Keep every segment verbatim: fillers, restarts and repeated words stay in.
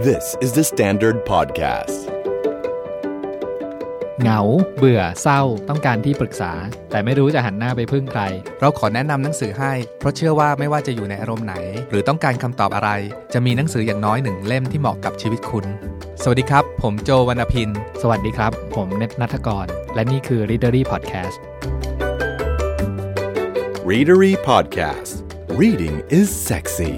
This is the Standard Podcast. เหงาเบื่อเศร้าต้องการที่ปรึกษาแต่ไม่รู้จะหันหน้าไปพึ่งใครเราขอแนะนำหนังสือให้เพราะเชื่อว่าไม่ว่าจะอยู่ในอารมณ์ไหนหรือต้องการคำตอบอะไรจะมีหนังสืออย่างน้อยหนึ่งเล่มที่เหมาะกับชีวิตคุณสวัสดีครับผมโจวรรณพินสวัสดีครับผมเนตณัฐกรและนี่คือ Readery Podcast Readery Podcast Reading is sexy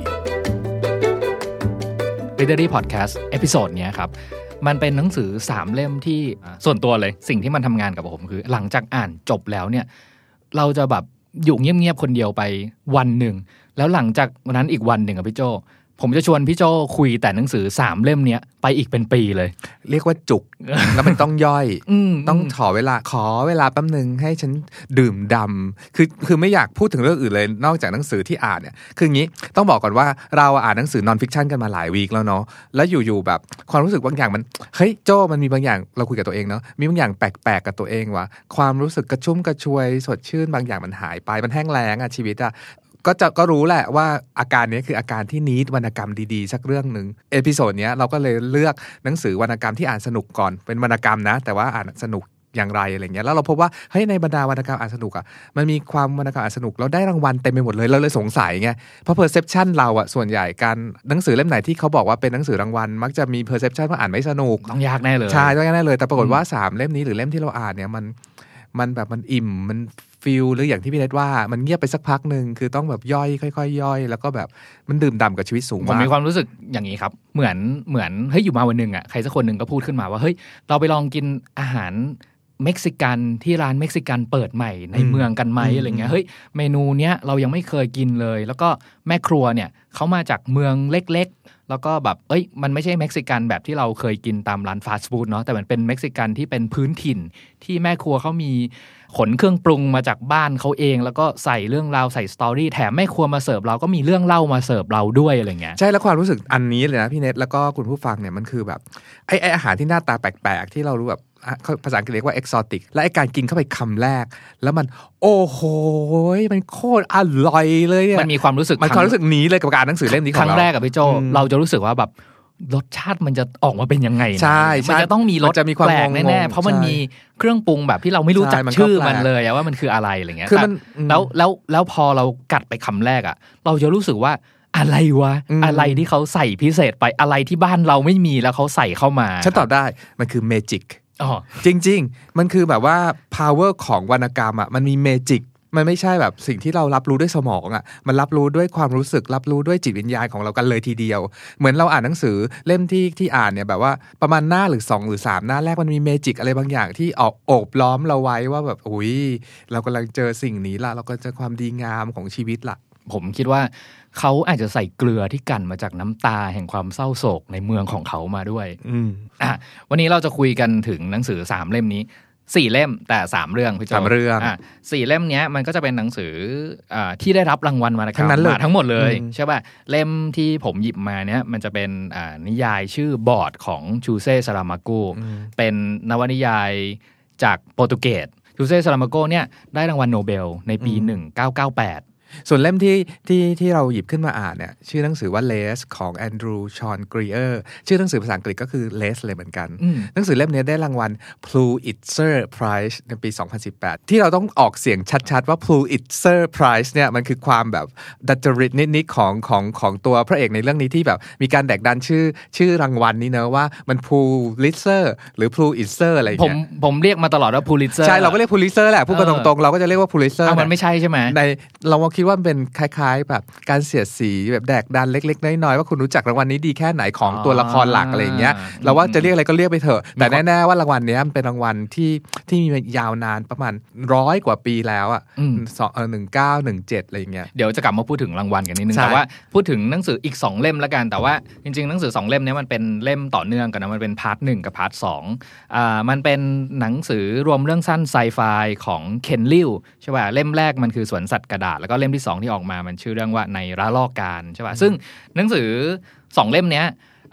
Readery Podcast เอพิโซดเนี้ยครับมันเป็นหนังสือสามเล่มที่ส่วนตัวเลยสิ่งที่มันทำงานกับผมคือหลังจากอ่านจบแล้วเนี่ยเราจะแบบอยู่เงียบๆคนเดียวไปวันหนึ่งแล้วหลังจากวันนั้นอีกวันหนึ่งอ่ะพี่โจผมจะชวนพี่โจคุยแต่หนังสือสามเล่มเนี้ยไปอีกเป็นปีเลยเรียกว่าจุก แล้วมันต้องย่อย ต้องขอเวลาขอเวลาแป๊บนึงให้ฉันดื่มด่ำคือคือไม่อยากพูดถึงเรื่องอื่นเลยนอกจากหนังสือที่อ่านเนี่ยคืออย่างนี้ต้องบอกก่อนว่าเราอ่านหนังสือนอนฟิกชันกันมาหลายวีคแล้วเนาะแล้วอยู่ๆแบบความรู้สึกบางอย่างมันเฮ้ยโจมันมีบางอย่างเราคุยกับตัวเองเนาะมีบางอย่างแปลกๆกับตัวเองว่ะความรู้สึกกระชุ่มกระชวยสดชื่นบางอย่างมันหายไปมันแห้งแล้งอ่ะชีวิตอ่ะก็จะก็รู้แหละว่าอาการนี้คืออาการที่นีดวรรณกรรมดีๆสักเรื่องนึงเอพิโซดนี้เราก็เลยเลือกหนังสือวรรณกรรมที่อ่านสนุกก่อนเป็นวรรณกรรมนะแต่ว่าอ่านสนุกอย่างไรอะไรเงี้ยแล้วเราพบว่าเฮ้ยในบรรดาวรรณกรรมอ่านสนุกอ่ะมันมีความวรรณกรรมอ่านสนุกแล้วได้รางวัลเต็มไปหมดเลยเราเลยสงสัยไงเพราะ perception เราอ่ะส่วนใหญ่การหนังสือเล่มไหนที่เขาบอกว่าเป็นหนังสือรางวัลมักจะมี perception ว่าอ่านไม่สนุกต้องยากแน่เลยใช่ต้องยากแน่เลยแต่ปรากฏว่าสามเล่มนี้หรือเล่มที่เราอ่านเนี่ยมันมันแบบมันอิ่มมันฟีลหรืออย่างที่พี่เนทว่ามันเงียบไปสักพักนึงคือต้องแบบย่อยค่อยๆย่อยแล้วก็แบบมันดื่มด่ำกับชีวิตสูงมากผมมีความรู้สึกอย่างนี้ครับเหมือนเหมือนเฮ้ยอยู่มาวันนึงอ่ะใครสักคนนึงก็พูดขึ้นมาว่าเฮ้ยเราไปลองกินอาหารเม็กซิกันที่ร้านเม็กซิกันเปิดใหม่ในเมืองกันไหมอะไรเงี้ยเฮ้ยเมนูเนี้ยเรายังไม่เคยกินเลยแล้วก็แม่ครัวเนี่ยเขามาจากเมืองเล็กๆแล้วก็แบบเอ้ยมันไม่ใช่เม็กซิกันแบบที่เราเคยกินตามร้านฟาสต์ฟู้ดเนาะแต่มันเป็นเม็กซิกันที่เป็นพื้นถิ่นที่แม่ครัวเขามีขนเครื่องปรุงมาจากบ้านเขาเองแล้วก็ใส่เรื่องราวใส่สตอรี่แถมแม่ครัวมาเสิร์ฟเราก็มีเรื่องเล่ามาเสิร์ฟเราด้วยอะไรเงี้ยใช่แล้วความรู้สึกอันนี้เลยนะพี่เนทแล้วก็คุณผู้ฟังเนี่ยมันคือแบบไอ้ไอ้อาหารที่หน้าตาแปลกๆที่เรารู้แบบภาษาอังกฤษเรียกว่า exotic และไอ้การกินเข้าไปคำแรกแล้วมันโอ้โหมันโคตรอร่อยเลยมันมีความรู้สึกมันความรู้สึกนี้เลยกับการหนังสือเล่มนี้ของเราครั้งแรกกับพี่โจเราจะรู้สึกว่าแบบรสชาติมันจะออกมาเป็นยังไงใช่มันจะต้องมีรสแปลกแน่ๆเพราะมันมีเครื่องปรุงแบบที่เราไม่รู้จักชื่อมันเลยว่ามันคืออะไรอะไรเงี้ยแล้วแล้วแล้วพอเรากัดไปคำแรกอ่ะเราจะรู้สึกว่าอะไรวะอะไรที่เขาใส่พิเศษไปอะไรที่บ้านเราไม่มีแล้วเขาใส่เข้ามาฉันตอบได้มันคือเมจิกจริงๆมันคือแบบว่า power ของวรรณกรรมอ่ะมันมีเมจิกมันไม่ใช่แบบสิ่งที่เรารับรู้ด้วยสมองอ่ะมันรับรู้ด้วยความรู้สึกรับรู้ด้วยจิตวิญญาณของเรากันเลยทีเดียวเหมือนเราอ่านหนังสือเล่มที่ที่อ่านเนี่ยแบบว่าประมาณหน้าหรือสองหรือสามหน้าแรกมันมีเมจิกอะไรบางอย่างที่ออกโอบล้อมเราไว้ว่าแบบอุ้ยเรากำลังเจอสิ่งนี้ล่ะเราก็เจอความดีงามของชีวิตล่ะผมคิดว่าเขาอาจจะใส่เกลือที่กันมาจากน้ำตาแห่งความเศร้าโศกในเมืองของเขามาด้วยอ่ะวันนี้เราจะคุยกันถึงหนังสือสามเล่มนี้สี่เล่มแต่สามเรื่องพี่จอมสามเรื่องอ่ะสี่เล่มเนี้ยมันก็จะเป็นหนังสืออ่าที่ได้รับรางวัลวรรณกรรมมาทั้งหมดเลยใช่ป่ะเล่มที่ผมหยิบมาเนี้ยมันจะเป็นอ่านิยายชื่อบอร์ดของชูเซ่ซารามาโกเป็นนวนิยายจากโปรตุเกสชูเซ่ซารามาโกเนี่ยได้รางวัลโนเบลในปีหนึ่งพันเก้าร้อยเก้าสิบแปดส่วนเล่มที่ที่ที่เราหยิบขึ้นมาอ่านเนี่ยชื่อหนังสือว่า Les ของแอนดรูว์ชอนกรีเออร์ชื่อหนังสือภาษาอังกฤษก็คือ Les เลยเหมือนกันหนังสือเล่มนี้ได้รางวัล Pulitzer Prize ในปีสองพันสิบแปดที่เราต้องออกเสียงชัดๆว่า Pulitzer Prize เนี่ยมันคือความแบบดัจจริตนิดๆของของของตัวพระเอกในเรื่องนี้ที่แบบมีการแดกดันชื่อชื่อรางวัลนี้เนอะว่ามัน Pulitzer หรือ Pulitzer อะไรอย่างเงี้ยผมผมเรียกมาตลอดว่า Pulitzer ใช่เราก็เรียก Pulitzer แหละพูดกันตรงๆเราก็จะเรียกว่า Pulitzer มันไม่ใช่ใช่ไหมในเราคิดว่าเป็นคล้ายๆแบบการเสียดสีแบบแดกดันเล็กๆน้อยๆว่าคุณรู้จักรางวัลนี้ดีแค่ไหนของตัวละครหลักอะไรอย่างเงี้ยเราว่าจะเรียกอะไรก็เรียกไปเถอะแต่แน่ๆว่ารางวัลนี้มันเป็นรางวัลที่ที่มียาวนานประมาณร้อยกว่าปีแล้วอ่ะสองเออหนึ่งเก้าหนึ่งเจ็ดอะไรอย่างเงี้ยเดี๋ยวจะกลับมาพูดถึงรางวัลกันนิดนึงแต่ว่าพูดถึงหนังสืออีกสองเล่มละกันแต่ว่าจริงๆหนังสือสองเล่มนี้มันเป็นเล่มต่อเนื่องกันนะมันเป็นพาร์ทหนึ่งกับพาร์ทสองอ่ามันเป็นหนังสือรวมเรื่องสั้นไซไฟของเคนลิวใช่ป่ะเล่มแรกมันคือสวนสัตว์กระดาษแล้วก็เล่มที่สองที่ออกมามันชื่อเรื่องว่าในระลอกการใช่ป่ะซึ่งหนังสือสองเล่มเนี้ย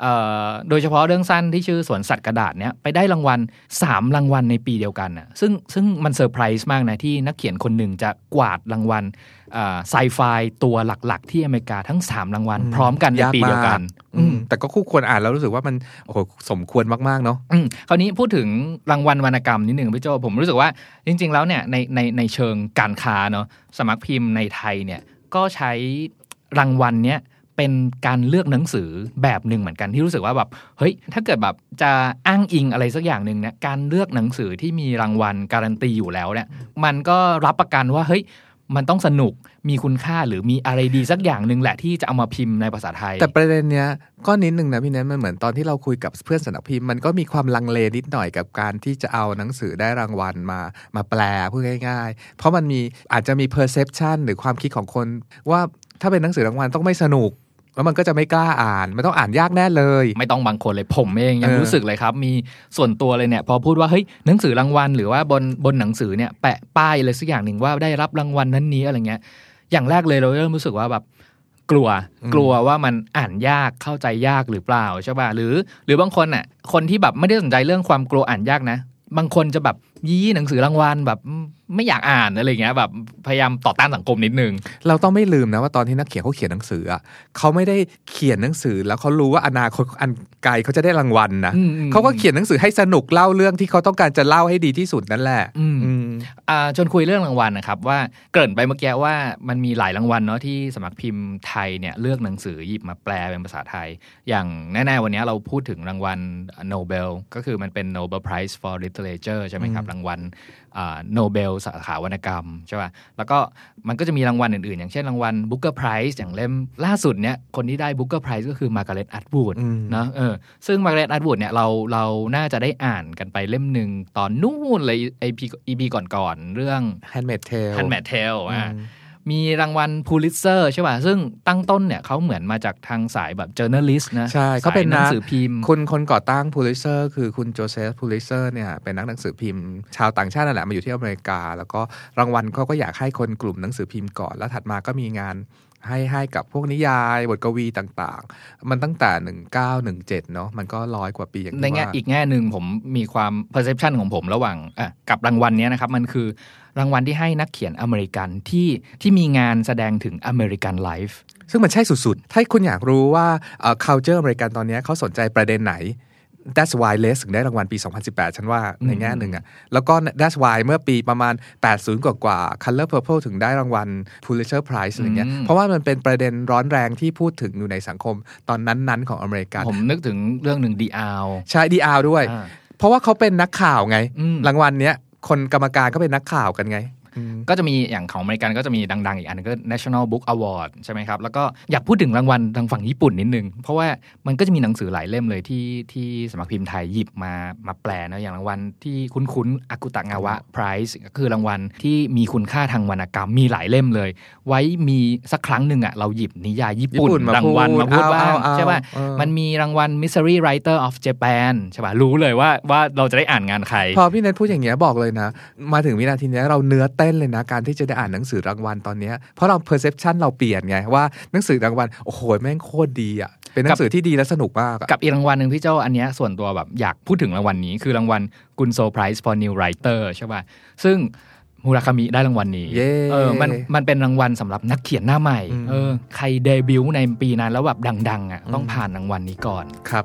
โดยเฉพาะเรื่องสั้นที่ชื่อสวนสัตว์กระดาษเนี้ยไปได้รางวัลสามรางวัลในปีเดียวกันน่ะซึ่งซึ่งมันเซอร์ไพรส์มากนะที่นักเขียนคนหนึ่งจะกวาดรางวัลไซไฟตัวหลักๆที่อเมริกาทั้งสามรางวัลพร้อมกันในปีเดียวกันแต่ก็คู่ควรอ่านแล้วรู้สึกว่ามันโอ้โหสมควรมากๆเนาะคราวนี้พูดถึงรางวัลวรรณกรรมนิดหนึ่งพี่โจผมรู้สึกว่าจริงๆแล้วเนี่ยในในในเชิงการค้าเนาะสำนักพิมพ์ในไทยเนี่ยก็ใช้รางวัลเนี้ยเป็นการเลือกหนังสือแบบหนึ่งเหมือนกันที่รู้สึกว่าแบบเฮ้ยถ้าเกิดแบบจะอ้างอิงอะไรสักอย่างนึงเนี่ยการเลือกหนังสือที่มีรางวัลการันตีอยู่แล้วเนี่ยมันก็รับประกันว่าเฮ้ยมันต้องสนุกมีคุณค่าหรือมีอะไรดีสักอย่างนึงแหละที่จะเอามาพิมพ์ในภาษาไทยแต่ประเด็นเนี้ยก็นิดนึงนะพี่เนทมันเหมือนตอนที่เราคุยกับเพื่อนสำนักพิมพ์มันก็มีความลังเลนิดหน่อยกับการที่จะเอาหนังสือได้รางวัลมามาแปลพูดง่ายๆเพราะมันมีอาจจะมี perception หรือความคิดของคนว่าถ้าเป็นหนังสือรางวัลต้องไม่สนุกแล้วมันก็จะไม่กล้าอ่านมันต้องอ่านยากแน่เลยไม่ต้องบางคนเลยผมเองยังรู้สึกเลยครับมีส่วนตัวเลยเนี่ยพอพูดว่าเฮ้ยหนังสือรางวัลหรือว่าบนบนหนังสือเนี่ยแปะป้ายอะไรสักอย่างหนึ่งว่าได้รับรางวัลนั้นนี้อะไรเงี้ยอย่างแรกเลยเราเริ่มรู้สึกว่าแบบกลัวกลัวว่ามันอ่านยากเข้าใจยากหรือเปล่าใช่ป่ะหรือหรือบางคนน่ะคนที่แบบไม่ได้สนใจเรื่องความกลัวอ่านยากนะบางคนจะแบบยี่หนังสือรางวัลแบบไม่อยากอ่านอะไรเงี้ยแบบพยายามต่อต้านสังคมนิดนึงเราต้องไม่ลืมนะว่าตอนที่นักเขียนเขาเขียนหนังสืออ่ะเขาไม่ได้เขียนหนังสือแล้วเขารู้ว่าอนาคตอันไกลเขาจะได้รางวัลนะเขาก็เขียนหนังสือให้สนุกเล่าเรื่องที่เขาต้องการจะเล่าให้ดีที่สุดนั่นแหละอ่าจนคุยเรื่องรางวัลนะครับว่าเกริ่นไปเมื่อกี้ว่ามันมีหลายรางวัลเนาะที่สำนักพิมพ์ไทยเนี่ยเลือกหนังสือหยิบมาแปลเป็นภาษาไทยอย่างแน่ๆวันนี้เราพูดถึงรางวัลโนเบลก็คือมันเป็น Nobel Prize for Literature ใช่ไหมครับรางวัลโนเบลสาขาวรรณกรรมใช่ป่ะแล้วก็มันก็จะมีรางวัลอื่นๆอย่างเช่นรางวัล Booker Prize อย่างเล่มล่าสุดเนี่ยคนที่ได้ Booker Prize ก็คือ Margaret Atwood นะเออซึ่ง Margaret Atwood เนี่ยเราเราน่าจะได้อ่านกันไปเล่มหนึ่งตอนนู่นเลยไอพีอีพีก่อนๆเรื่อง Handmaid's Tale Handmaid's Tale อ่ะมีรางวัล Pulitzer ใช่ป่ะซึ่งตั้งต้นเนี่ยเขาเหมือนมาจากทางสายแบบ journalist นะใช่เขาเป็นหนังสือพิมพ์คุณคนก่อตั้ง Pulitzer คือคุณโจเซฟ Pulitzer เนี่ยเป็นนักหนังสือพิมพ์ชาวต่างชาตินั่นแหละมาอยู่ที่อเมริกาแล้วก็รางวัลเขาก็อยากให้คนกลุ่มหนังสือพิมพ์ก่อนแล้วถัดมาก็มีงานให้ให้กับพวกนิยายบทกวีต่างๆมันตั้งแต่หนึ่งพันเก้าร้อยสิบเจ็ดเนาะมันก็ร้อยกว่าปีอย่างที่ว่าในแง่อีกแง่นึงผมมีความ perception ของผมระหว่างอ่ะกับรางวัลนี้นะครับมันคือรางวัลที่ให้นักเขียนอเมริกันที่ที่มีงานแสดงถึงอเมริกันไลฟ์ซึ่งมันใช่สุดๆถ้าคุณอยากรู้ว่าเอ่อ culture อเมริกันตอนนี้เขาสนใจประเด็นไหน That's why Les ถึงได้รางวัลปีสองพันสิบแปดฉันว่าในแง่หนึ่งอ่ะแล้วก็ That's why เมื่อปีประมาณแปดสิบกว่าๆ Color Purple ถึงได้รางวัล Pulitzer Prize อะไรเงี้ยเพราะว่ามันเป็นประเด็นร้อนแรงที่พูดถึงอยู่ในสังคมตอนนั้นๆของอเมริกันผมนึกถึงเรื่องหนึ่ง The Owl ใช่ The Owl ด้วยเพราะว่าเขาเป็นนักข่าวไงรางวัลเนี้ยคนกรรมการก็เป็นนักข่าวกันไงก็จะมีอย่างของอเมริกันก็จะมีดังๆอีกอันนึงก็ National Book Award ใช่ไหมครับแล้วก็อยากพูดถึงรางวัลทางฝั่งญี่ปุ่นนิดนึงเพราะว่ามันก็จะมีหนังสือหลายเล่มเลยที่ที่สำนักพิมพ์ไทยหยิบมามาแปลนะอย่างรางวัลที่คุ้นๆอากุตะงาวะ Prize ก็คือรางวัลที่มีคุณค่าทางวรรณกรรมมีหลายเล่มเลยไว้มีสักครั้งหนึ่งอ่ะเราหยิบนิยายญี่ปุ่นรางวัลมาพูดบ้างใช่ป่ะมันมีรางวัล Mystery Writer of Japan ใช่ป่ะรู้เลยว่าว่าเราจะได้อ่านงานใครพอพี่เนทพูดอย่างเงี้ยบอกเลยนะมาถึงวินาทีนี้เราเนื้อเต้นเลยนะการที่จะได้อ่านหนังสือรางวัลตอนนี้เพราะเรา perception เราเปลี่ยนไงว่าหนังสือรางวัลโอ้โหแม่งโคตรดีอ่ะเป็นหนังสือที่ดีและสนุกมากกับอีกรางวัลนึงพี่เจ้าอันเนี้ยส่วนตัวแบบอยากพูดถึงรางวัลนี้คือรางวัลกุนโซ Prize for New Writer ใช่ป่ะซึ่งมูราคามิได้รางวัลนี้ yeah. เออมันมันเป็นรางวัลสำหรับนักเขียนหน้าใหม่เออใครเดบิวต์ในปีนั้นแล้วแบบดังๆอ่ะต้องผ่านรางวัลนี้ก่อนครับ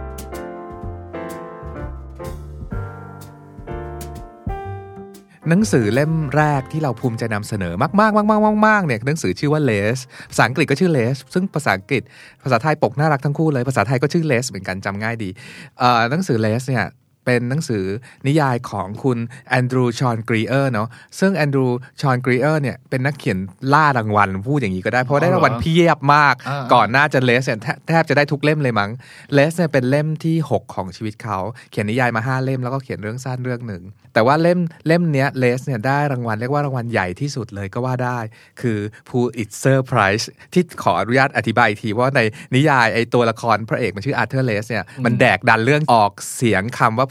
หนังสือเล่มแรกที่เราภูมิใจนำเสนอมากๆๆๆๆเนี่ยหนังสือชื่อว่า Les ภาษาอังกฤษก็ชื่อ Les ซึ่งภาษาอังกฤษภาษาไทยปกน่ารักทั้งคู่เลยภาษาไทยก็ชื่อ Les เหมือนกันจำง่ายดีเอ่อหนังสือ Les เนี่ยเป็นหนังสือนิยายของคุณแอนดรูว์ชอนกรีเออร์เนาะซึ่งแอนดรูว์ชอนกรีเออร์เนี่ยเป็นนักเขียนล่ารางวัลพูดอย่างนี้ก็ได้เพราะได้รางวัลเพียบมากก่อนหน้าจะเลสเนี่ยแทบจะได้ทุกเล่มเลยมั้งเลสเนี่ยเป็นเล่มที่หกของชีวิตเขาเขียนนิยายมาห้าเล่มแล้วก็เขียนเรื่องสั้นเรื่องหนึ่งแต่ว่าเล่มเล่มเนี้ยเลสเนี่ยได้รางวัลเรียกว่ารางวัลใหญ่ที่สุดเลยก็ว่าได้คือ Pulitzer Prize ที่ขออนุญาตอธิบายอีกทีว่าในนิยายไอตัวละครพระเอกมันชื่ออาร์เธอร์เลสเนี่ยมันแดกดันเรื่องออกเสียงคำว่า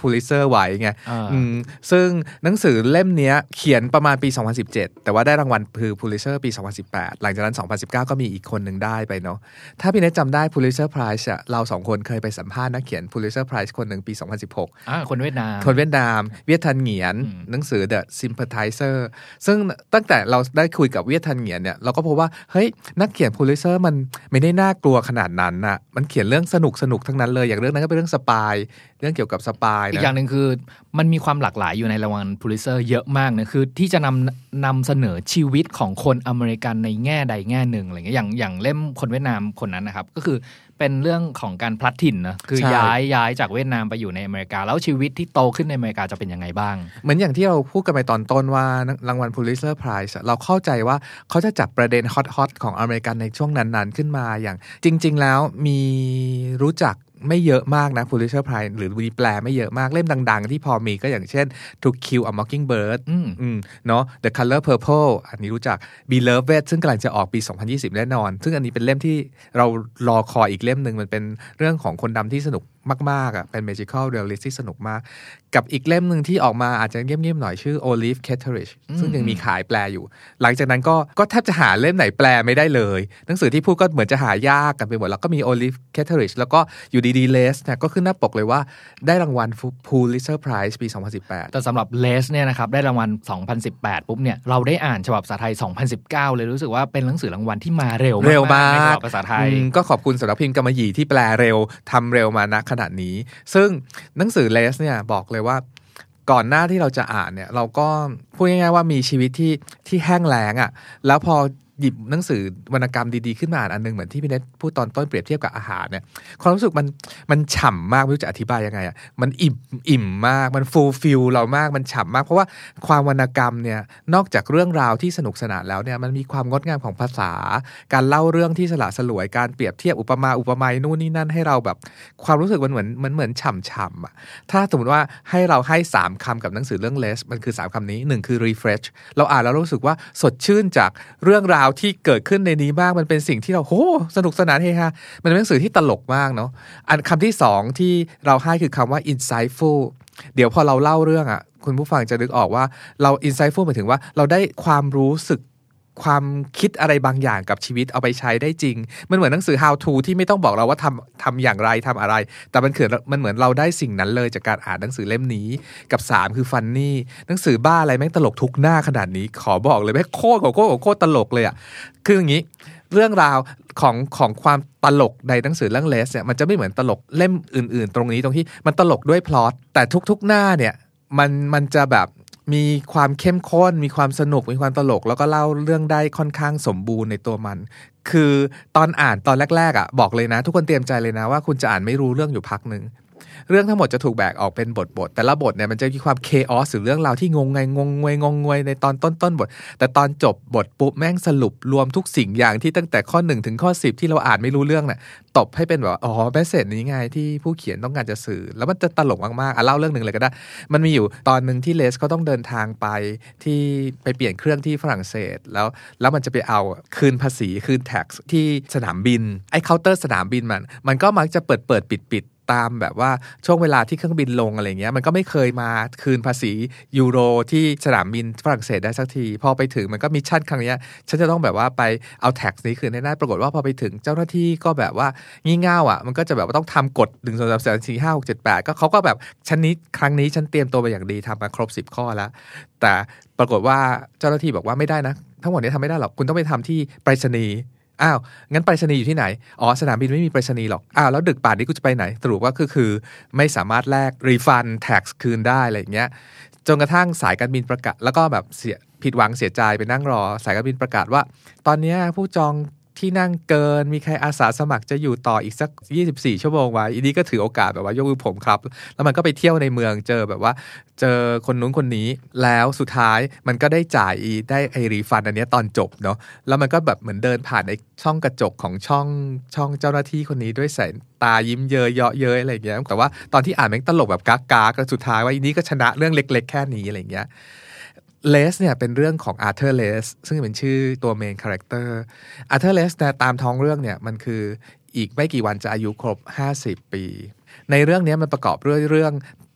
Pulitzer ไว้ไงซึ่งหนังสือเล่มนี้เขียนประมาณปีสองพันสิบเจ็ดแต่ว่าได้รางวัลคือ Pulitzer ปีสองพันสิบแปดหลังจากนั้นสองพันสิบเก้าก็มีอีกคนหนึ่งได้ไปเนาะถ้าพี่เนทจำได้ Pulitzer Prize อะเราสองคนเคยไปสัมภาษณ์นักเขียน Pulitzer Prize คนหนึ่งปีสองพันสิบหกอ่าคนเวียดนามคนเวียดนามเวียดทันเหงียนหนังสือ The Sympathizer ซึ่งตั้งแต่เราได้คุยกับเวียดทันเหงียนเนี่ยเราก็พบว่าเฮ้ยนักเขียน Pulitzer มันไม่ได้น่ากลัวขนาดนั้นน่ะมันเขียนเรื่องสนุกสนุกทั้งนั้นเลยอย่างเรื่องนั้นก็เป็นเรื่องสปายเรื่องเกี่ยวกับสปายนะอีกอย่างนึงคือมันมีความหลากหลายอยู่ในรางวัล Pulitzer เยอะมากนะคือที่จะนำนำเสนอชีวิตของคนอเมริกันในแง่ใดแง่หนึ่งอะไรเงี้ยอย่างอย่างเล่มคนเวียดนามคนนั้นนะครับก็คือเป็นเรื่องของการพลัดถิ่นนะคือย้ายย้ายจากเวียดนามไปอยู่ในอเมริกาแล้วชีวิตที่โตขึ้นในอเมริกาจะเป็นยังไงบ้างเหมือนอย่างที่เราพูดกันไปตอนต้นว่ารางวัล Pulitzer Prize เราเข้าใจว่าเขาจะจับประเด็นฮอตๆของอเมริกันในช่วงนั้นๆขึ้นมาอย่างจริงๆแล้วมีรู้จักไม่เยอะมากนะ Pulitzer Prize หรือมีแปลไม่เยอะมากเล่มดังๆที่พอมีก็อย่างเช่น To Kill a Mockingbird อืมอืมเนาะ The Color Purple อันนี้รู้จัก Beloved ซึ่งกำลังจะออกปีสองพันยี่สิบแน่นอนซึ่งอันนี้เป็นเล่มที่เรารอคอยอีกเล่มนึงมันเป็นเรื่องของคนดำที่สนุกมากๆอ่ะเป็น Magical Realist ที่สนุกมากกับอีกเล่มนึงที่ออกมาอาจจะเงียบๆหน่อยชื่อ Olive Kitteridge ซึ่งยังมีขายแปลอยู่หลังจากนั้นก็ก็แทบจะหาเล่มไหนแปลไม่ได้เลยหนังสือที่พูดก็เหมือนจะหายากกันไปหมดแล้วก็มี Olive Kitteridge แล้วก็อยู่ดีๆ Les เนี่ยก็ขึ้นหน้าปกเลยว่าได้รางวัล Pulitzer Prize ปีสองพันสิบแปดแต่สำหรับ Les เนี่ยนะครับได้รางวัลสองพันสิบแปดปุ๊บเนี่ยเราได้อ่านฉบับภาษาไทยสองพันสิบเก้าเลยรู้สึกว่าเป็นหนังสือรางวัลที่มาเร็วเร็วมากในฉบับภาษาไทยก็ขอบคุณสำนักพิมพ์กำมะหยี่ที่แปลเร็วทำเร็วมาณขนาดนี้ซึ่งหนังสือ Les เนี่ยบอกเลยว่าก่อนหน้าที่เราจะอ่านเนี่ยเราก็พูดง่ายๆว่ามีชีวิตที่ที่แห้งแล้งอ่ะแล้วพอหยิบหนังสือวรรณกรรมดีๆขึ้นมาอ่านอันนึงเหมือนที่พี่เนทพูดตอนต้นเปรียบเทียบกับอาหารเนี่ยความรู้สึกมันมันฉ่ำมากไม่รู้จะอธิบายยังไงอ่ะมันอิ่มอิ่มมากมันฟูลฟิลเรามากมันฉ่ำมากเพราะว่าความวรรณกรรมเนี่ยนอกจากเรื่องราวที่สนุกสนานแล้วเนี่ยมันมีความงดงามของภาษาการเล่าเรื่องที่สละสลวยการเปรียบเทียบอุปมาอุปไมยนู่นนี่นั่นให้เราแบบความรู้สึกมันเหมือนมันเหมือนฉ่ำๆอ่ะถ้าสมมติว่าให้เราให้สามคำกับหนังสือเรื่อง Les มันคือสามคำนี้หนึ่งคือ refresh เราอ่านแล้วรู้สึกว่าสดชื่นจากเรื่องราวที่เกิดขึ้นในนี้มากมันเป็นสิ่งที่เราโหสนุกสนานเฮฮามันเป็นหนังสือที่ตลกมากเนาะอันคำที่สองที่เราให้คือคำว่า insightful เดี๋ยวพอเราเล่าเรื่องอ่ะคุณผู้ฟังจะนึกออกว่าเรา insightful หมายถึงว่าเราได้ความรู้สึกความคิดอะไรบางอย่างกับชีวิตเอาไปใช้ได้จริงมันเหมือนหนังสือ how to ที่ไม่ต้องบอกเราว่าทำทำอย่างไรทำอะไรแต่มันคือมันเหมือนเราได้สิ่งนั้นเลยจากการอ่านหนังสือเล่มนี้กับสามคือ funny หนังสือบ้าอะไรแม่งตลกทุกหน้าขนาดนี้ขอบอกเลยแม่งโคตรโคตรโคตรตลกเลยอ่ะคืออย่างนี้เรื่องราวของของความตลกในหนังสือเรื่อง Les เนี่ยมันจะไม่เหมือนตลกเล่มอื่นๆตรงนี้ตรงที่มันตลกด้วยพล็อตแต่ทุกๆหน้าเนี่ยมันมันจะแบบมีความเข้มข้นมีความสนุกมีความตลกแล้วก็เล่าเรื่องได้ค่อนข้างสมบูรณ์ในตัวมันคือตอนอ่านตอนแรกๆอ่ะบอกเลยนะทุกคนเตรียมใจเลยนะว่าคุณจะอ่านไม่รู้เรื่องอยู่พักนึงเรื่องทั้งหมดจะถูกแบ่งออกเป็นบทๆแต่ละบทเนี่ยมันจะมีความเคออสหรือเรื่องราวที่งงไงงงงวยงงงวยในตอนต้นๆบทแต่ตอนจบบทปุ๊บแม่งสรุปรวมทุกสิ่งอย่างที่ตั้งแต่ข้อหนึ่งถึงข้อสิบที่เราอ่านไม่รู้เรื่องเนี่ยตบให้เป็นแบบอ๋อเมสเสจนี้ไงที่ผู้เขียนต้องการจะสื่อแล้วมันจะตลกมากๆอ่ะเล่าเรื่องนึงเลยก็ได้มันมีอยู่ตอนนึงที่เลสเขาต้องเดินทางไปที่ไปเปลี่ยนเครื่องที่ฝรั่งเศสแล้วแล้วมันจะไปเอาคืนภาษีคืนแท็กซ์ที่สนามบินไอ้เคาน์เตอร์สนามบินมันมันก็มักจะเปิดเปิดปิดปิดตามแบบว่าช่วงเวลาที่เครื่องบินลงอะไรเงี้ยมันก็ไม่เคยมาคืนภาษียูโรที่สนามบินฝรั่งเศสได้สักทีพอไปถึงมันก็มิชชั่นครั้งนี้ฉันจะต้องแบบว่าไปเอาแท็กนี้คืนให้ได้ปรากฏว่าพอไปถึงเจ้าหน้าที่ก็แบบว่างี่เง่าอ่ะมันก็จะแบบว่าต้องทำกฎหนึ่งสองสามสี่ห้าหกเจ็ดแปดก็เขาก็แบบชั้นนี้ครั้งนี้ฉันเตรียมตัวมาอย่างดีทำมาครบสิบข้อแล้วแต่ปรากฏว่าเจ้าหน้าที่บอกว่าไม่ได้นะทั้งหมดนี้ทำไม่ได้หรอกคุณต้องไปทำที่ไปรษณีย์อ้าวงั้นไปรษณีย์อยู่ที่ไหนอ๋อสนามบินไม่มีไปรษณีย์หรอกอ้าวแล้วดึกป่านนี้กูจะไปไหนสรุปว่าก็คือไม่สามารถแลกรีฟันแท็กซ์คืนได้อะไรอย่างเงี้ยจนกระทั่งสายการบินประกาศแล้วก็แบบเสียผิดหวังเสียใจไปนั่งรอสายการบินประกาศว่าตอนนี้ผู้จองที่นั่งเกินมีใครอาสาสมัครจะอยู่ต่ออีกสักยี่สิบสี่ชั่วโมงไว้อีนี้ก็ถือโอกาสแบบว่ายกมือผมครับแล้วมันก็ไปเที่ยวในเมืองเจอแบบว่าเจอคนนู้นคนนี้แล้วสุดท้ายมันก็ได้จ่ายได้ไอรีฟันอันนี้ตอนจบเนาะแล้วมันก็แบบเหมือนเดินผ่านในช่องกระจกของช่องช่องเจ้าหน้าที่คนนี้ด้วยสายตายิ้มเยยเยาะเย้ยอะไรอย่างเงี้ยแต่ว่าตอนที่อ่านมันตลกแบบกากาก็สุดท้ายว่าอีนี้ก็ชนะเรื่องเล็กๆแค่นี้อะไรอย่างเงี้ยเลสเนี่ยเป็นเรื่องของอาร์เธอร์เลสซึ่งเป็นชื่อตัวเมนคาแรคเตอร์อาร์เธอร์เลสนะตามท้องเรื่องเนี่ยมันคืออีกไม่กี่วันจะอายุครบห้าสิบปีในเรื่องนี้มันประกอบด้วยเรื่อง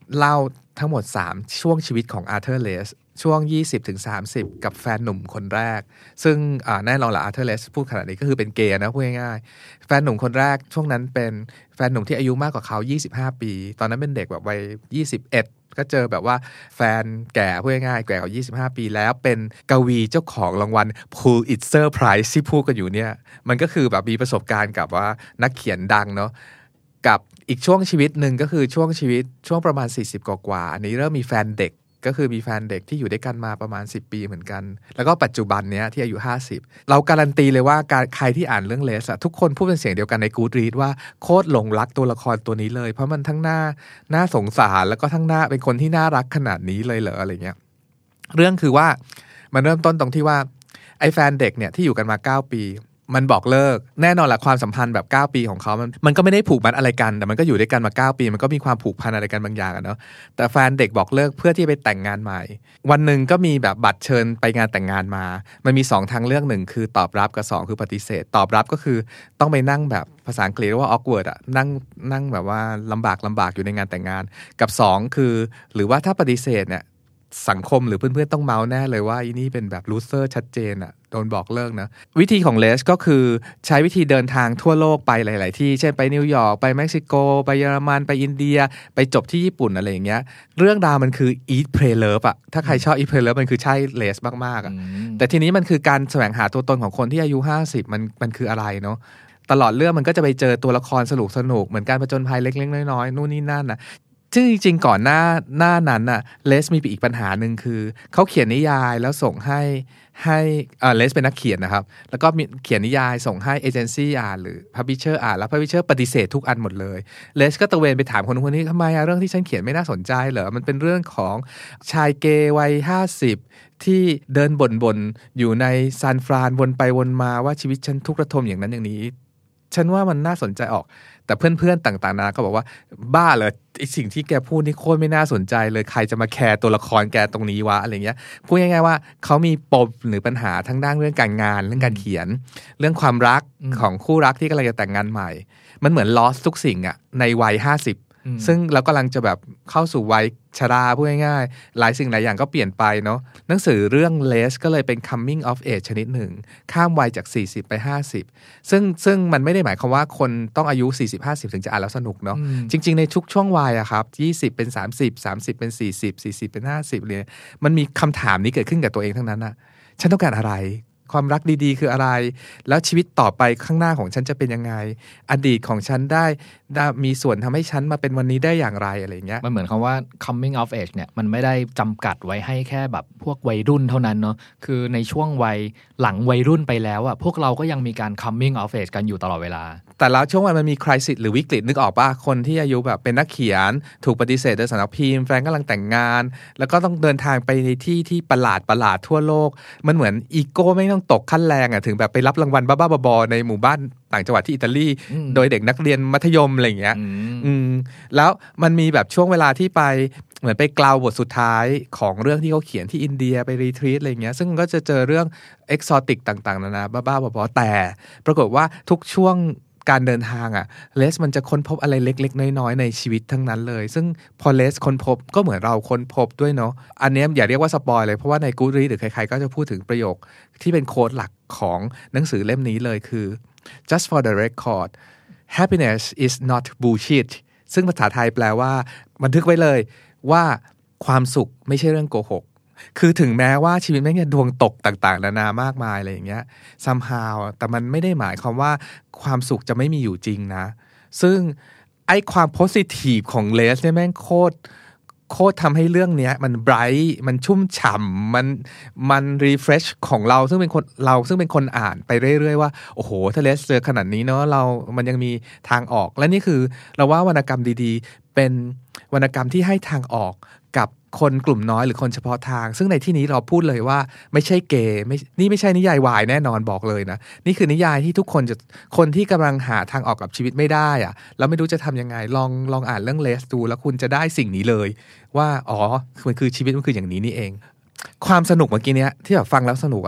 เล่าทั้งหมดสามช่วงชีวิตของอาร์เธอร์เลสช่วง ยี่สิบถึงสามสิบ กับแฟนหนุ่มคนแรกซึ่งแน่นอนละอาร์เธอร์เลสพูดขนาดนี้ก็คือเป็นเกย์นะพูดง่ายๆแฟนหนุ่มคนแรกช่วงนั้นเป็นแฟนหนุ่มที่อายุมากกว่าเขายี่สิบห้าปีตอนนั้นเป็นเด็กแบบวัยยี่สิบเอ็ดก็เจอแบบว่าแฟนแก่พูดง่ายๆแก่กว่ายี่สิบห้าปีแล้วเป็นกวีเจ้าของรางวัล Pulitzer Prize ที่พูดกันอยู่เนี่ยมันก็คือแบบมีประสบการณ์กับว่านักเขียนดังเนาะกับอีกช่วงชีวิตหนึ่งก็คือช่วงชีวิตช่วงประมาณสี่สิบกว่าๆอันนี้เริ่มมีแฟนเด็กก็คือมีแฟนเด็กที่อยู่ด้วยกันมาประมาณสิบปีเหมือนกันแล้วก็ปัจจุบันเนี้ยที่อายุห้าสิบเราการันตีเลยว่าการใครที่อ่านเรื่องเลสอะทุกคนพูดเป็นเสียงเดียวกันใน Goodreads ว่าโคตรหลงรักตัวละครตัวนี้เลยเพราะมันทั้งหน้าน่าสงสารแล้วก็ทั้งหน้าเป็นคนที่น่ารักขนาดนี้เลยเหรออะไรเงี้ยเรื่องคือว่ามันเริ่มต้นตรงที่ว่าไอ้แฟนเด็กเนี่ยที่อยู่กันมาเก้าปีมันบอกเลิกแน่นอนแหละความสัมพันธ์แบบเก้าปีของเขามันมันก็ไม่ได้ผูกมัดอะไรกันแต่มันก็อยู่ด้วยกันมาเก้าปีมันก็มีความผูกพันอะไรกันบางอย่างอะเนาะแต่แฟนเด็กบอกเลิกเพื่อที่ไปแต่งงานใหม่วันหนึ่งก็มีแบบบัตรเชิญไปงานแต่งงานมามันมีสองทางเลือกหนึ่งคือตอบรับกับสองคือปฏิเสธตอบรับก็คือต้องไปนั่งแบบภาษาอังกฤษเรียกว่า awkward อะนั่งนั่งแบบว่าลำบากลำบากอยู่ในงานแต่งงานกับสองคือหรือว่าถ้าปฏิเสธเนี่ยสังคมหรือเพื่อนๆต้องเมาแน่เลยว่าอีนี่เป็นแบบลูเซอร์ชัดเจนอะโดนบอกเลิกนะวิธีของเลสก็คือใช้วิธีเดินทางทั่วโลกไปหลายๆที่เช่นไปนิวยอร์กไปเม็กซิโกไปเยอรมันไปอินเดียไปจบที่ญี่ปุ่นอะไรอย่างเงี้ยเรื่องราวมันคือ Eat Pray Love อะถ้าใครชอบ Eat Pray Love มันคือใช่เลสมากๆอะแต่ทีนี้มันคือการแสวงหาตัวตนของคนที่อายุห้าสิบมันมันคืออะไรเนาะตลอดเรื่องมันก็จะไปเจอตัวละครสนุกสนุกเหมือนการผจญภัยเล็กๆน้อยๆนู่นนี่นั่นนะซึ่งจริงๆก่อนหน้าหน้านั้นน่ะเลสมีอีกปัญหาหนึ่งคือเขาเขียนนิยายแล้วส่งให้ให้เอ่อเลสเป็นนักเขียนนะครับแล้วก็มีเขียนนิยายส่งให้เอเจนซี่อ่านหรือพับลิเชอร์อ่านแล้วพับลิเชอร์ปฏิเสธทุกอันหมดเลยเลสก็ตะเวนไปถามคนคนนี้ทำไมอะเรื่องที่ฉันเขียนไม่น่าสนใจเหรอมันเป็นเรื่องของชายเกย์วัยห้าสิบที่เดินบ่นๆอยู่ในซานฟรานวนไปวนมาว่าชีวิตฉันทุกข์ระทมอย่างนั้นอย่างนี้ฉันว่ามันน่าสนใจออกแต่เพื่อนๆต่างๆนาก็บอกว่าบ้าเลยไอสิ่งที่แกพูดนี่โคตรไม่น่าสนใจเลยใครจะมาแคร์ตัวละครแกตรงนี้วะอะไรเงี้ยพูดง่ายๆว่าเขามีปมหรือปัญหาทั้งด้านเรื่องการงานเรื่องการเขียนเรื่องความรักของคู่รักที่กำลังจะแต่งงานใหม่มันเหมือนลอสทุกสิ่งอะในวัยห้าสิบซึ่งเรากำลังจะแบบเข้าสู่วัยชราพูดง่ายๆหลายสิ่งหลายอย่างก็เปลี่ยนไปเนาะหนังสือเรื่อง Les ก็เลยเป็น coming of age ชนิดหนึ่งข้ามวัยจากสี่สิบไปห้าสิบซึ่งซึ่งมันไม่ได้หมายความว่าคนต้องอายุสี่สิบ ห้าสิบถึงจะอ่านแล้วสนุกเนาะจริงๆในทุกช่วงวัยอะครับยี่สิบเป็นสามสิบ สามสิบเป็นสี่สิบ สี่สิบเป็นห้าสิบเลยมันมีคำถามนี้เกิดขึ้นกับตัวเองทั้งนั้นนะฉันต้องการอะไรความรักดีๆคืออะไรแล้วชีวิตต่อไปข้างหน้าของฉันจะเป็นยังไงอดีตของฉันได้ได้มีส่วนทำให้ฉันมาเป็นวันนี้ได้อย่างไรอะไรเงี้ยมันเหมือนคำว่า coming of age เนี่ยมันไม่ได้จำกัดไว้ให้แค่แบบพวกวัยรุ่นเท่านั้นเนาะคือในช่วงวัยหลังวัยรุ่นไปแล้วอะพวกเราก็ยังมีการ coming of age กันอยู่ตลอดเวลาแต่แล้วช่วงวัยมันมี crisis หรือวิกฤตนึกออกป่ะคนที่อายุแบบเป็นนักเขียนถูกปฏิเสธโดยสำนักพิมพ์แฟนกำลังแต่งงานแล้วก็ต้องเดินทางไปในที่ที่ประหลาดประหลาดทั่วโลกมันเหมือนอีโก้ไม่ต้องตกขั้นแรงอ่ะถึงแบบไปรับรางวัลบ้าๆบอๆในหมู่บ้านต่างจังหวัดที่อิตาลีโดยเด็กนักเรียนมัธยมอะไรอย่างเงี้ยอืมแล้วมันมีแบบช่วงเวลาที่ไปเหมือนไปกล่าวบทสุดท้ายของเรื่องที่เขาเขียนที่อินเดียไปรีทรีตอะไรอย่างเงี้ยซึ่งก็จะเจอเรื่องเอ็กซอติกต่างๆนานาบ้าๆบอๆแต่ปรากฏว่าทุกช่วงการเดินทางอ่ะเลสมันจะค้นพบอะไรเล็กๆน้อยๆในชีวิตทั้งนั้นเลยซึ่งพอเลสค้นพบก็เหมือนเราค้นพบด้วยเนาะอันนี้อย่าเรียกว่าสปอยเลยเพราะว่าใน Goodreads หรือใครๆก็จะพูดถึงประโยคที่เป็นโค้ดหลักของหนังสือเล่มนี้เลยคือ just for the record happiness is not bullshit ซึ่งภาษาไทยแปลว่าบันทึกไว้เลยว่าความสุขไม่ใช่เรื่องโกหกคือถึงแม้ว่าชีวิตแม่งจะดวงตกต่างๆนานามากมายอะไรอย่างเงี้ย somehow แต่มันไม่ได้หมายความว่าความสุขจะไม่มีอยู่จริงนะซึ่งไอ้ความ positive ของเลสเนี่ยแม่งโคตรโคตรทำให้เรื่องเนี้ยมัน bright มันชุ่มฉ่ำมันมัน refresh ของเราซึ่งเป็นคนเราซึ่งเป็นคนอ่านไปเรื่อยๆว่าโอ้โหถ้าเลสเจอขนาดนี้เนาะเรามันยังมีทางออกและนี่คือเราว่าวรรณกรรมดีๆเป็นวรรณกรรมที่ให้ทางออกกับคนกลุ่มน้อยหรือคนเฉพาะทางซึ่งในที่นี้เราพูดเลยว่าไม่ใช่เกย์ไม่นี่ไม่ใช่นิยายวายแน่นอนบอกเลยนะนี่คือนิยายที่ทุกคนจะคนที่กำลังหาทางออกกับชีวิตไม่ได้อะแล้วไม่รู้จะทำยังไงลองลองอ่านเรื่องเลสดูแล้วคุณจะได้สิ่งนี้เลยว่าอ๋อมันคือชีวิตมันคืออย่างนี้นี่เองความสนุกเมื่อกี้เนี้ยที่แบบฟังแล้วสนุกอะ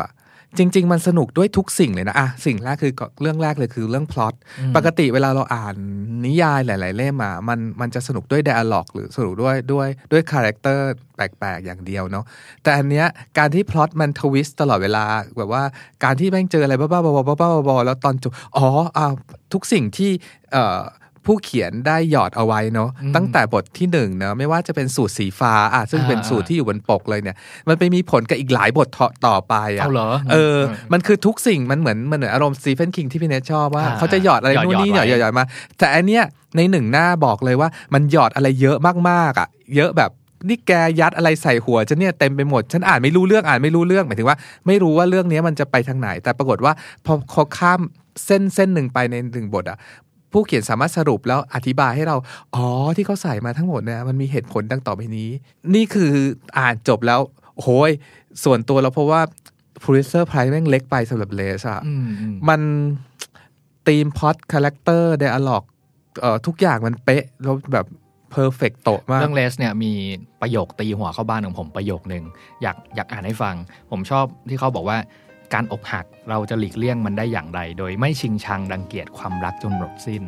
จริงๆมันสนุกด้วยทุกสิ่งเลยนะอ่ะสิ่งแรกคือเรื่องแรกเลยคือเรื่องพล็อตปกติเวลาเราอ่านนิยายหลายๆเล่มอ่ะมันมันจะสนุกด้วยไดอะล็อกหรือสนุกด้วยด้วยด้วยคาแรคเตอร์แปลกๆอย่างเดียวเนาะแต่อันเนี้ยการที่พล็อตมันทวิสต์ตลอดเวลาแบบว่าการที่แม่งเจออะไรบ้าๆบอๆบ้าๆบอๆแล้วตอนจบอ๋ออ่ะทุกสิ่งที่เอ่อผู้เขียนได้หยอดเอาไว้เนาะตั้งแต่บทที่หนึ่งเนาะไม่ว่าจะเป็นสูตรสีฟ้าอ่ะซึ่งเป็นสูตรที่อยู่บนปกเลยเนี่ยมันไปมีผลกับอีกหลายบทต่อไปอ่ะเออมันคือทุกสิ่งมันเหมือนมันเหมือนอารมณ์สตีเฟนคิงที่พี่เนทชอบว่าเขาจะหยอดอะไรนู่นนี่หยอดหยอดมาแต่อันเนี้ยในหนึ่งหน้าบอกเลยว่ามันหยอดอะไรเยอะมากๆอ่ะเยอะแบบนี่แกยัดอะไรใส่หัวฉันเนี่ยเต็มไปหมดฉันอ่านไม่รู้เรื่องอ่านไม่รู้เรื่องหมายถึงว่าไม่รู้ว่าเรื่องนี้มันจะไปทางไหนแต่ปรากฏว่าพอเขาข้ามเส้นเส้นหนึ่งไปในหนึ่งบทอ่ะผู้เขียนสามารถสรุปแล้วอธิบายให้เราอ๋อที่เขาใส่มาทั้งหมดเนี่ยมันมีเหตุผลดังต่อไปนี้นี่คืออ่านจบแล้วโอ้ยส่วนตัวเราเพราะว่า Pulitzer Prize แม่งเล็กไปสำหรับเลสอะมันธีมพล็อตคาแรคเตอร์ไดอะล็อกเอ่อทุกอย่างมันเป๊ะแล้วแบบเพอร์เฟกต์โตมากเรื่องเลสเนี่ยมีประโยคตีหัวเข้าบ้านของผมประโยคนึงอยากอยากอ่านให้ฟังผมชอบที่เขาบอกว่าการอกหักเราจะหลีกเลี่ยงมันได้อย่างไรโดยไม่ชิงชังรังเกียจความรักจนหมดสิ้น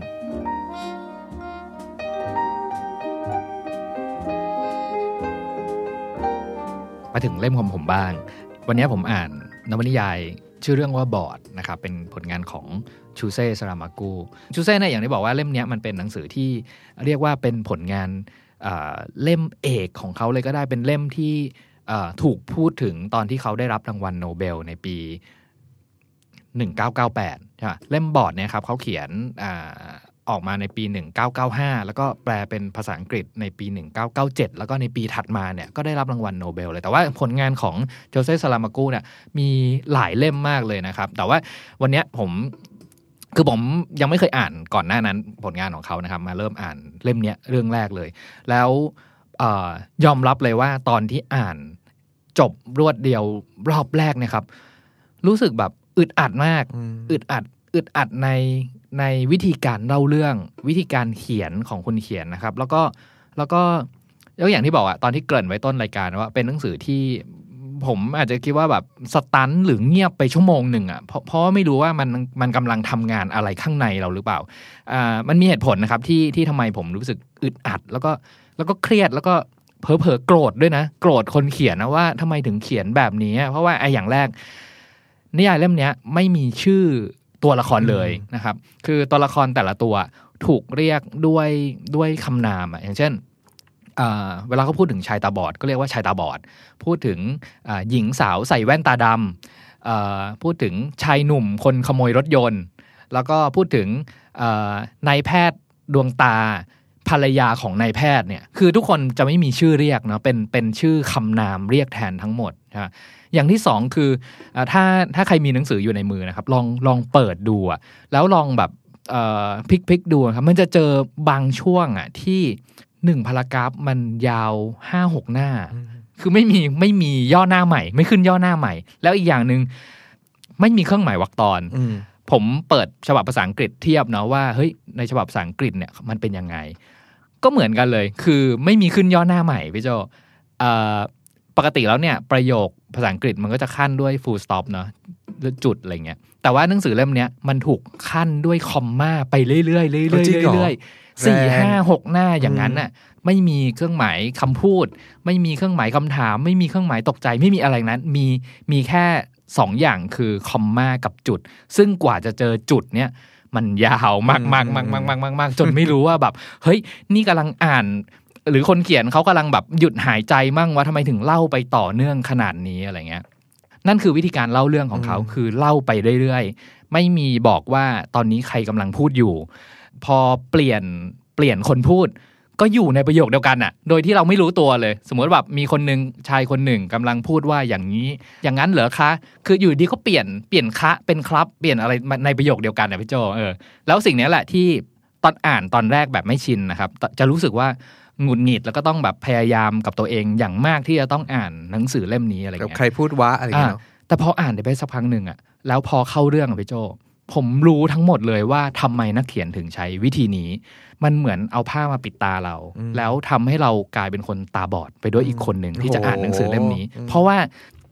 มาถึงเล่มของผมบ้างวันนี้ผมอ่านนวนิยายชื่อเรื่องว่าบอร์ดนะครับเป็นผลงานของชูเซ่ซารามากูชูเซ่เนี่ยอย่างที่บอกว่าเล่มนี้มันเป็นหนังสือที่เรียกว่าเป็นผลงานเล่มเอกของเขาเลยก็ได้เป็นเล่มที่ถูกพูดถึงตอนที่เขาได้รับรางวัลโนเบลในปีหนึ่งเก้าเก้าแปดใช่ป่ะเล่มบอร์ดเนี่ยครับเขาเขียนอ่าออกมาในปีหนึ่งเก้าเก้าห้าแล้วก็แปลเป็นภาษาอังกฤษในปีหนึ่งเก้าเก้าเจ็ดแล้วก็ในปีถัดมาเนี่ยก็ได้รับรางวัลโนเบลเลยแต่ว่าผลงานของโจเซ่ซารามากูเนี่ยมีหลายเล่มมากเลยนะครับแต่ว่าวันนี้ผมคือผมยังไม่เคยอ่านก่อนหน้านั้นผลงานของเขานะครับมาเริ่มอ่านเล่มนี้เรื่องแรกเลยแล้วเอ่อยอมรับเลยว่าตอนที่อ่านจบรวดเดียวรอบแรกเนี่ยครับรู้สึกแบบอึดอัดมากอึดอัดอึดอัดในในวิธีการเล่าเรื่องวิธีการเขียนของคนเขียนนะครับแล้วก็แล้วก็แล้วอย่างที่บอกอะตอนที่เกริ่นไว้ต้นรายการว่าเป็นหนังสือที่ผมอาจจะคิดว่าแบบสตันหรือเงียบไปชั่วโมงหนึ่งอะเพราะเพราะไม่รู้ว่ามันมันกำลังทำงานอะไรข้างในเราหรือเปล่าอ่ามันมีเหตุผลนะครับที่ที่ทำไมผมรู้สึกอึดอัดแล้วก็แล้วก็เครียดแล้วก็เผลอๆโกรธด้วยนะโกรธคนเขียนนะว่าทำไมถึงเขียนแบบนี้เพราะว่าไอ้อย่างแรกนิยายเล่มนี้ไม่มีชื่อตัวละครเลยนะครับคือตัวละครแต่ละตัวถูกเรียกด้วยด้วยคำนามอ่ะอย่างเช่นเวลาเขาพูดถึงชายตาบอดก็เรียกว่าชายตาบอดพูดถึงหญิงสาวใส่แว่นตาดำพูดถึงชายหนุ่มคนขโมยรถยนต์แล้วก็พูดถึงนายแพทย์ดวงตาภรรยาของนายแพทย์เนี่ยคือทุกคนจะไม่มีชื่อเรียกเนาะเป็นเป็นชื่อคำนามเรียกแทนทั้งหมดนะอย่างที่สองคือถ้าถ้าใครมีหนังสืออยู่ในมือนะครับลองลองเปิดดูอะแล้วลองแบบพลิกพลิกดูครับมันจะเจอบางช่วงอะที่หนึ่งพารากราฟมันยาวห้าหกหน้าคือไม่มีไม่มีย่อหน้าใหม่ไม่ขึ้นย่อหน้าใหม่แล้วอีกอย่างนึงไม่มีเครื่องหมายวรรคตอนผมเปิดฉบับภาษาอังกฤษเทียบเนาะว่าเฮ้ยในฉบับภาษาอังกฤษเนี่ยมันเป็นยังไงก็เหมือนกันเลยคือไม่มีขึ้นย่อหน้าใหม่พี่โจปกติแล้วเนี่ยประโยคภาษาอังกฤษมันก็จะขั้นด้วย full stop เนาะหรือจุดอะไรเงี้ยแต่ว่าหนังสือเล่มนี้มันถูกขั้นด้วยคอมมาไปเรื่อยๆเรื่อยๆเรื่อยๆสี่ห้าหกหน้าอย่างนั้นน่ะไม่มีเครื่องหมายคำพูดไม่มีเครื่องหมายคำถามไม่มีเครื่องหมายตกใจไม่มีอะไรนั้นมีมีแค่สองอย่างคือคอมมากับจุดซึ่งกว่าจะเจอจุดเนี้ยมันยาวมากๆๆๆๆๆจนไม่รู้ว่าแบบเฮ้ยนี่กำลังอ่านหรือคนเขียนเขากำลังแบบหยุดหายใจมั่งว่าทำไมถึงเล่าไปต่อเนื่องขนาดนี้อะไรเงี้ยนั่นคือวิธีการเล่าเรื่องของเขาคือเล่าไปเรื่อยๆไม่มีบอกว่าตอนนี้ใครกำลังพูดอยู่พอเปลี่ยนเปลี่ยนคนพูดก็อยู่ในประโยคเดียวกันอ่ะโดยที่เราไม่รู้ตัวเลยสมมติแบบมีคนนึงชายคนหนึ่งกำลังพูดว่าอย่างนี้อย่างนั้นเหรอคะคืออยู่ดีก็เปลี่ยนเปลี่ยนคะเป็นครับเปลี่ยนอะไรในประโยคเดียวกันอ่ะพี่โจเออแล้วสิ่งนี้แหละที่ตอนอ่านตอนแรกแบบไม่ชินนะครับจะรู้สึกว่าหงุดหงิดแล้วก็ต้องแบบพยายามกับตัวเองอย่างมากที่จะต้องอ่านหนังสือเล่มนี้อะไรเงี้ยใครพูดวะอะไรเงี้ยแต่พออ่านไปสักพักหนึ่งอ่ะแล้วพอเข้าเรื่องอ่ะพี่โจผมรู้ทั้งหมดเลยว่าทำไมนักเขียนถึงใช้วิธีนี้มันเหมือนเอาผ้ามาปิดตาเราแล้วทำให้เรากลายเป็นคนตาบอดไปด้วยอีกคนหนึ่งที่จะอ่านหนังสือเล่มนี้เพราะว่า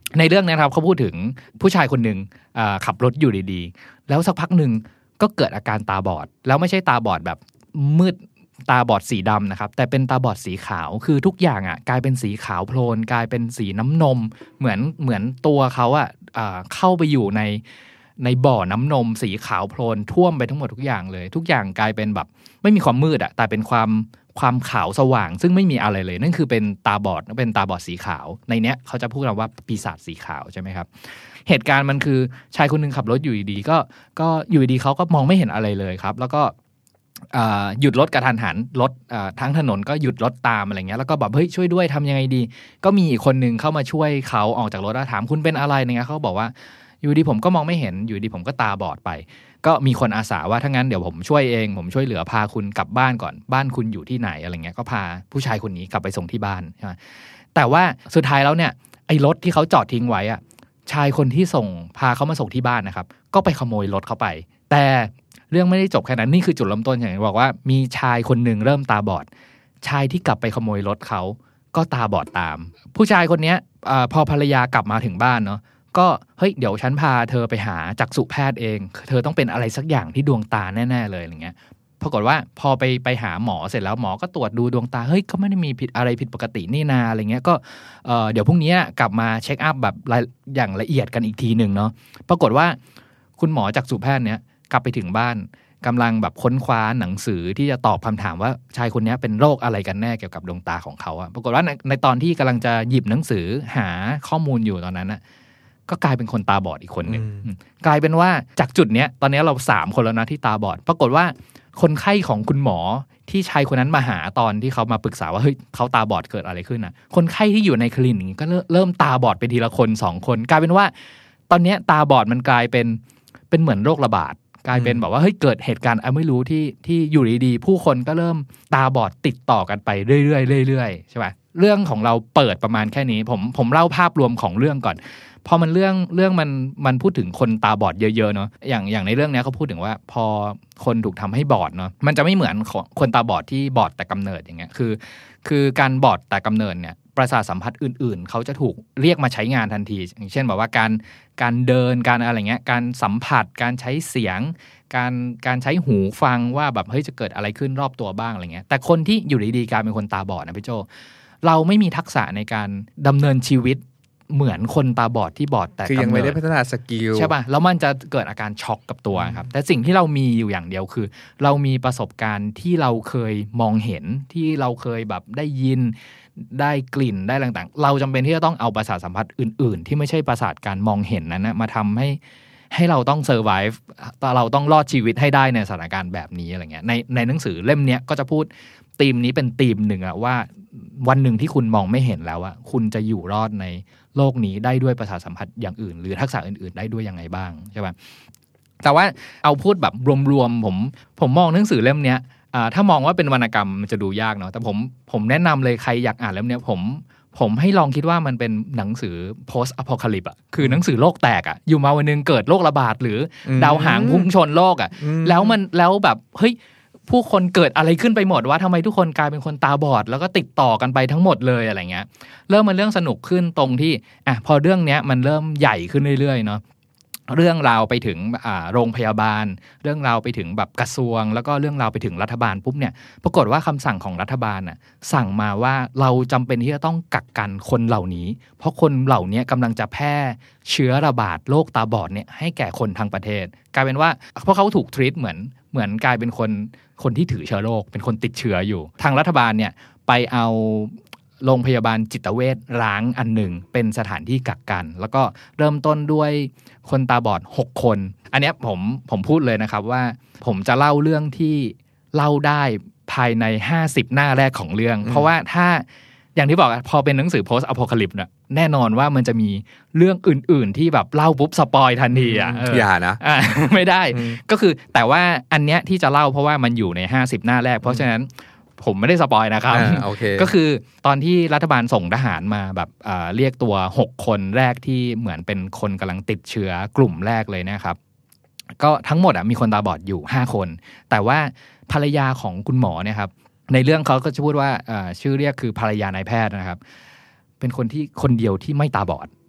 ในเรื่องนี้ครับเขาพูดถึงผู้ชายคนหนึ่งขับรถอยู่ดีๆแล้วสักพักหนึ่งก็เกิดอาการตาบอดแล้วไม่ใช่ตาบอดแบบมืดตาบอดสีดำนะครับแต่เป็นตาบอดสีขาวคือทุกอย่างอ่ะกลายเป็นสีขาวโพลนกลายเป็นสีน้ำนมเหมือนเหมือนตัวเขาอ่ะเข้าไปอยู่ในในบ่อน้ำนมสีขาวโพลนท่วมไปทั้งหมดทุกอย่างเลยทุกอย่างกลายเป็นแบบไม่มีความมืดอ่ะแต่เป็นความความขาวสว่างซึ่งไม่มีอะไรเลยนั่นคือเป็นตาบอดเป็นตาบอดสีขาวในเนี้ยเขาจะพูดกันว่าปีศาจสีขาวใช่ไหมครับเหตุการณ์มันคือชายคนนึงขับรถอยู่ดีๆก็ก็อยู่ดีเขาก็มองไม่เห็นอะไรเลยครับแล้วก็หยุดรถกระทันหันรถทั้งถนนก็หยุดรถตามอะไรเงี้ยแล้วก็แบบเฮ้ยช่วยด้วยทำยังไงดีก็มีอีกคนนึงเข้ามาช่วยเขาออกจากรถแล้วถามคุณเป็นอะไรเนี่ยเขาบอกว่าอยู่ดีผมก็มองไม่เห็นอยู่ดีผมก็ตาบอดไปก็มีคนอาสาว่าถ้างั้นเดี๋ยวผมช่วยเองผมช่วยเหลือพาคุณกลับบ้านก่อนบ้านคุณอยู่ที่ไหนอะไรเงี้ยก็พาผู้ชายคนนี้กลับไปส่งที่บ้านใช่ไหมแต่ว่าสุดท้ายแล้วเนี่ยไอ้รถที่เขาจอดทิ้งไว้อะชายคนที่ส่งพาเขามาส่งที่บ้านนะครับก็ไปขโมยรถเขาไปแต่เรื่องไม่ได้จบแค่นั้นนี่คือจุดเริ่มต้นอย่างที่บอกว่ามีชายคนหนึ่งเริ่มตาบอดชายที่กลับไปขโมยรถเขาก็ตาบอดตามผู้ชายคนนี้พอภรรยากลับมาถึงบ้านเนาะก็เฮ้ยเดี๋ยวฉันพาเธอไปหาจักษุแพทย์เองเธอต้องเป็นอะไรสักอย่างที่ดวงตาแน่ๆเลยอย่างเงี้ยปรากฏว่าพอไปไปหาหมอเสร็จแล้วหมอก็ตรวจดูดวงตาเฮ้ยก็ไม่ได้มีผิดอะไรผิดปกตินี่นาอะไรเงี้ยก็เอ่อเดี๋ยวพรุ่งนี้กลับมาเช็คอัพแบบอย่างละเอียดกันอีกทีนึงเนาะปรากฏว่าคุณหมอจักษุแพทย์เนี้ยกลับไปถึงบ้านกำลังแบบค้นคว้าหนังสือที่จะตอบคำถามว่าชายคนนี้เป็นโรคอะไรกันแน่เกี่ยวกับดวงตาของเขาอะปรากฏว่าในในตอนที่กำลังจะหยิบหนังสือหาข้อมูลอยู่ตอนนั้นอะก็กลายเป็นคนตาบอดอีกคนหนึ่งกลายเป็นว่าจากจุดเนี้ยตอนนี้เราสามคนแล้วนะที่ตาบอดปรากฏว่าคนไข้ของคุณหมอที่ชายคนนั้นมาหาตอนที่เขามาปรึกษาว่าเฮ้ยเขาตาบอดเกิดอะไรขึ้นนะคนไข้ที่อยู่ในคลินิกก็เริ่มตาบอดไปทีละคนสองคนกลายเป็นว่าตอนนี้ตาบอดมันกลายเป็นเป็นเหมือนโรคระบาดกลายเป็นแบบว่าเฮ้ยเกิดเหตุการณ์ไม่รู้ที่ที่อยู่ดีๆผู้คนก็เริ่มตาบอดติดต่อกันไปเรื่อยๆเรื่อยๆใช่ป่ะเรื่องของเราเปิดประมาณแค่นี้ผมผมเล่าภาพรวมของเรื่องก่อนพอมันเรื่องเรื่องมันมันพูดถึงคนตาบอดเยอะๆเนาะอย่างอย่างในเรื่องนี้เขาพูดถึงว่าพอคนถูกทำให้บอดเนาะมันจะไม่เหมือนคนตาบอดที่บอดแต่กำเนิดอย่างเงี้ยคือคือการบอดแต่กำเนิดเนี่ยประสาทสัมผัสอื่นๆเขาจะถูกเรียกมาใช้งานทันทีอย่างเช่นแบบว่าการการเดินการอะไรเงี้ยการสัมผัสการใช้เสียงการการใช้หูฟังว่าแบบเฮ้ยจะเกิดอะไรขึ้นรอบตัวบ้างอะไรเงี้ยแต่คนที่อยู่ดีๆกลายเป็นคนตาบอดนะพี่โจเราไม่มีทักษะในการดำเนินชีวิตเหมือนคนตาบอดที่บอดแต่คือยังไม่ได้พัฒนาสกิลใช่ป่ะแล้วมันจะเกิดอาการช็อกกับตัวครับแต่สิ่งที่เรามีอยู่อย่างเดียวคือเรามีประสบการณ์ที่เราเคยมองเห็นที่เราเคยแบบได้ยินได้กลิ่นได้ต่างๆเราจำเป็นที่จะต้องเอาประสาทสัมผัสอื่นๆที่ไม่ใช่ประสาทการมองเห็นนั้นนะมาทำให้ให้เราต้องเซอร์ไวฟ์เราต้องรอดชีวิตให้ได้ในสถานการณ์แบบนี้อะไรเงี้ยในในหนังสือเล่มนี้ก็จะพูดธีมนี้เป็นธีมหนึ่งอะว่าวันหนึ่งที่คุณมองไม่เห็นแล้วอะคุณจะอยู่รอดในโลกนี้ได้ด้วยประสาทสัมผัสอย่างอื่นหรือทักษะอื่นๆได้ด้วยยังไงบ้างใช่ป่ะแต่ว่าเอาพูดแบบรวมๆผมผมมองหนังสือเล่มนี้ถ้ามองว่าเป็นวรรณกรรมมันจะดูยากเนาะแต่ผมผมแนะนำเลยใครอยากอ่านเล่มนี้ผมผมให้ลองคิดว่ามันเป็นหนังสือ post apocalypse อ่ะคือหนังสือโลกแตกอ่ะอยู่มาวันนึงเกิดโรคระบาดหรือดาวหางพุ่งชนโลกอ่ะแล้วมันแล้วแบบเฮ้ยผู้คนเกิดอะไรขึ้นไปหมดว่าทำไมทุกคนกลายเป็นคนตาบอดแล้วก็ติดต่อกันไปทั้งหมดเลยอะไรเงี้ยเริ่มมันเรื่องสนุกขึ้นตรงที่อ่ะพอเรื่องเนี้ยมันเริ่มใหญ่ขึ้นเรื่อยๆเนาะเรื่องราวไปถึงอ่าโรงพยาบาลเรื่องราวไปถึงแบบกระทรวงแล้วก็เรื่องราวไปถึงรัฐบาลปุ๊บเนี่ยปรากฏว่าคำสั่งของรัฐบาลน่ะสั่งมาว่าเราจำเป็นที่จะต้องกักกันคนเหล่านี้เพราะคนเหล่านี้กำลังจะแพร่เชื้อระบาดโรคตาบอดเนี่ยให้แก่คนทั้งประเทศกลายเป็นว่าเพราะเขาถูกทรีตเหมือนเหมือนกลายเป็นคนคนที่ถือเชื้อโรคเป็นคนติดเชื้ออยู่ทางรัฐบาลเนี่ยไปเอาโรงพยาบาลจิตเวชร้างอันหนึ่งเป็นสถานที่กักกันแล้วก็เริ่มต้นด้วยคนตาบอดหกคนอันนี้ผมผมพูดเลยนะครับว่าผมจะเล่าเรื่องที่เล่าได้ภายในห้าสิบหน้าแรกของเรื่องเพราะว่าถ้าอย่างที่บอกพอเป็นหนังสือ post apocalypse เนี่ยแน่นอนว่ามันจะมีเรื่องอื่นๆที่แบบเล่าปุ๊บสปอยทันทีอ่ะอย่านะไม่ได้ก็คือแต่ว่าอันเนี้ยที่จะเล่าเพราะว่ามันอยู่ในห้าสิบหน้าแรกเพราะฉะนั้นผมไม่ได้สปอยนะครับก็คือตอนที่รัฐบาลส่งทหารมาแบบเรียกตัวหกคนแรกที่เหมือนเป็นคนกำลังติดเชื้อกลุ่มแรกเลยนะครับก็ทั้งหมดอ่ะมีคนตาบอดอยู่ห้าคนแต่ว่าภรรยาของคุณหมอเนี่ยครับในเรื่องเขาก็จะพูดว่าชื่อเรียกคือภรรยานายแพทย์นะครับเป็นคนที่คนเดียวที่ไม่ตาบอด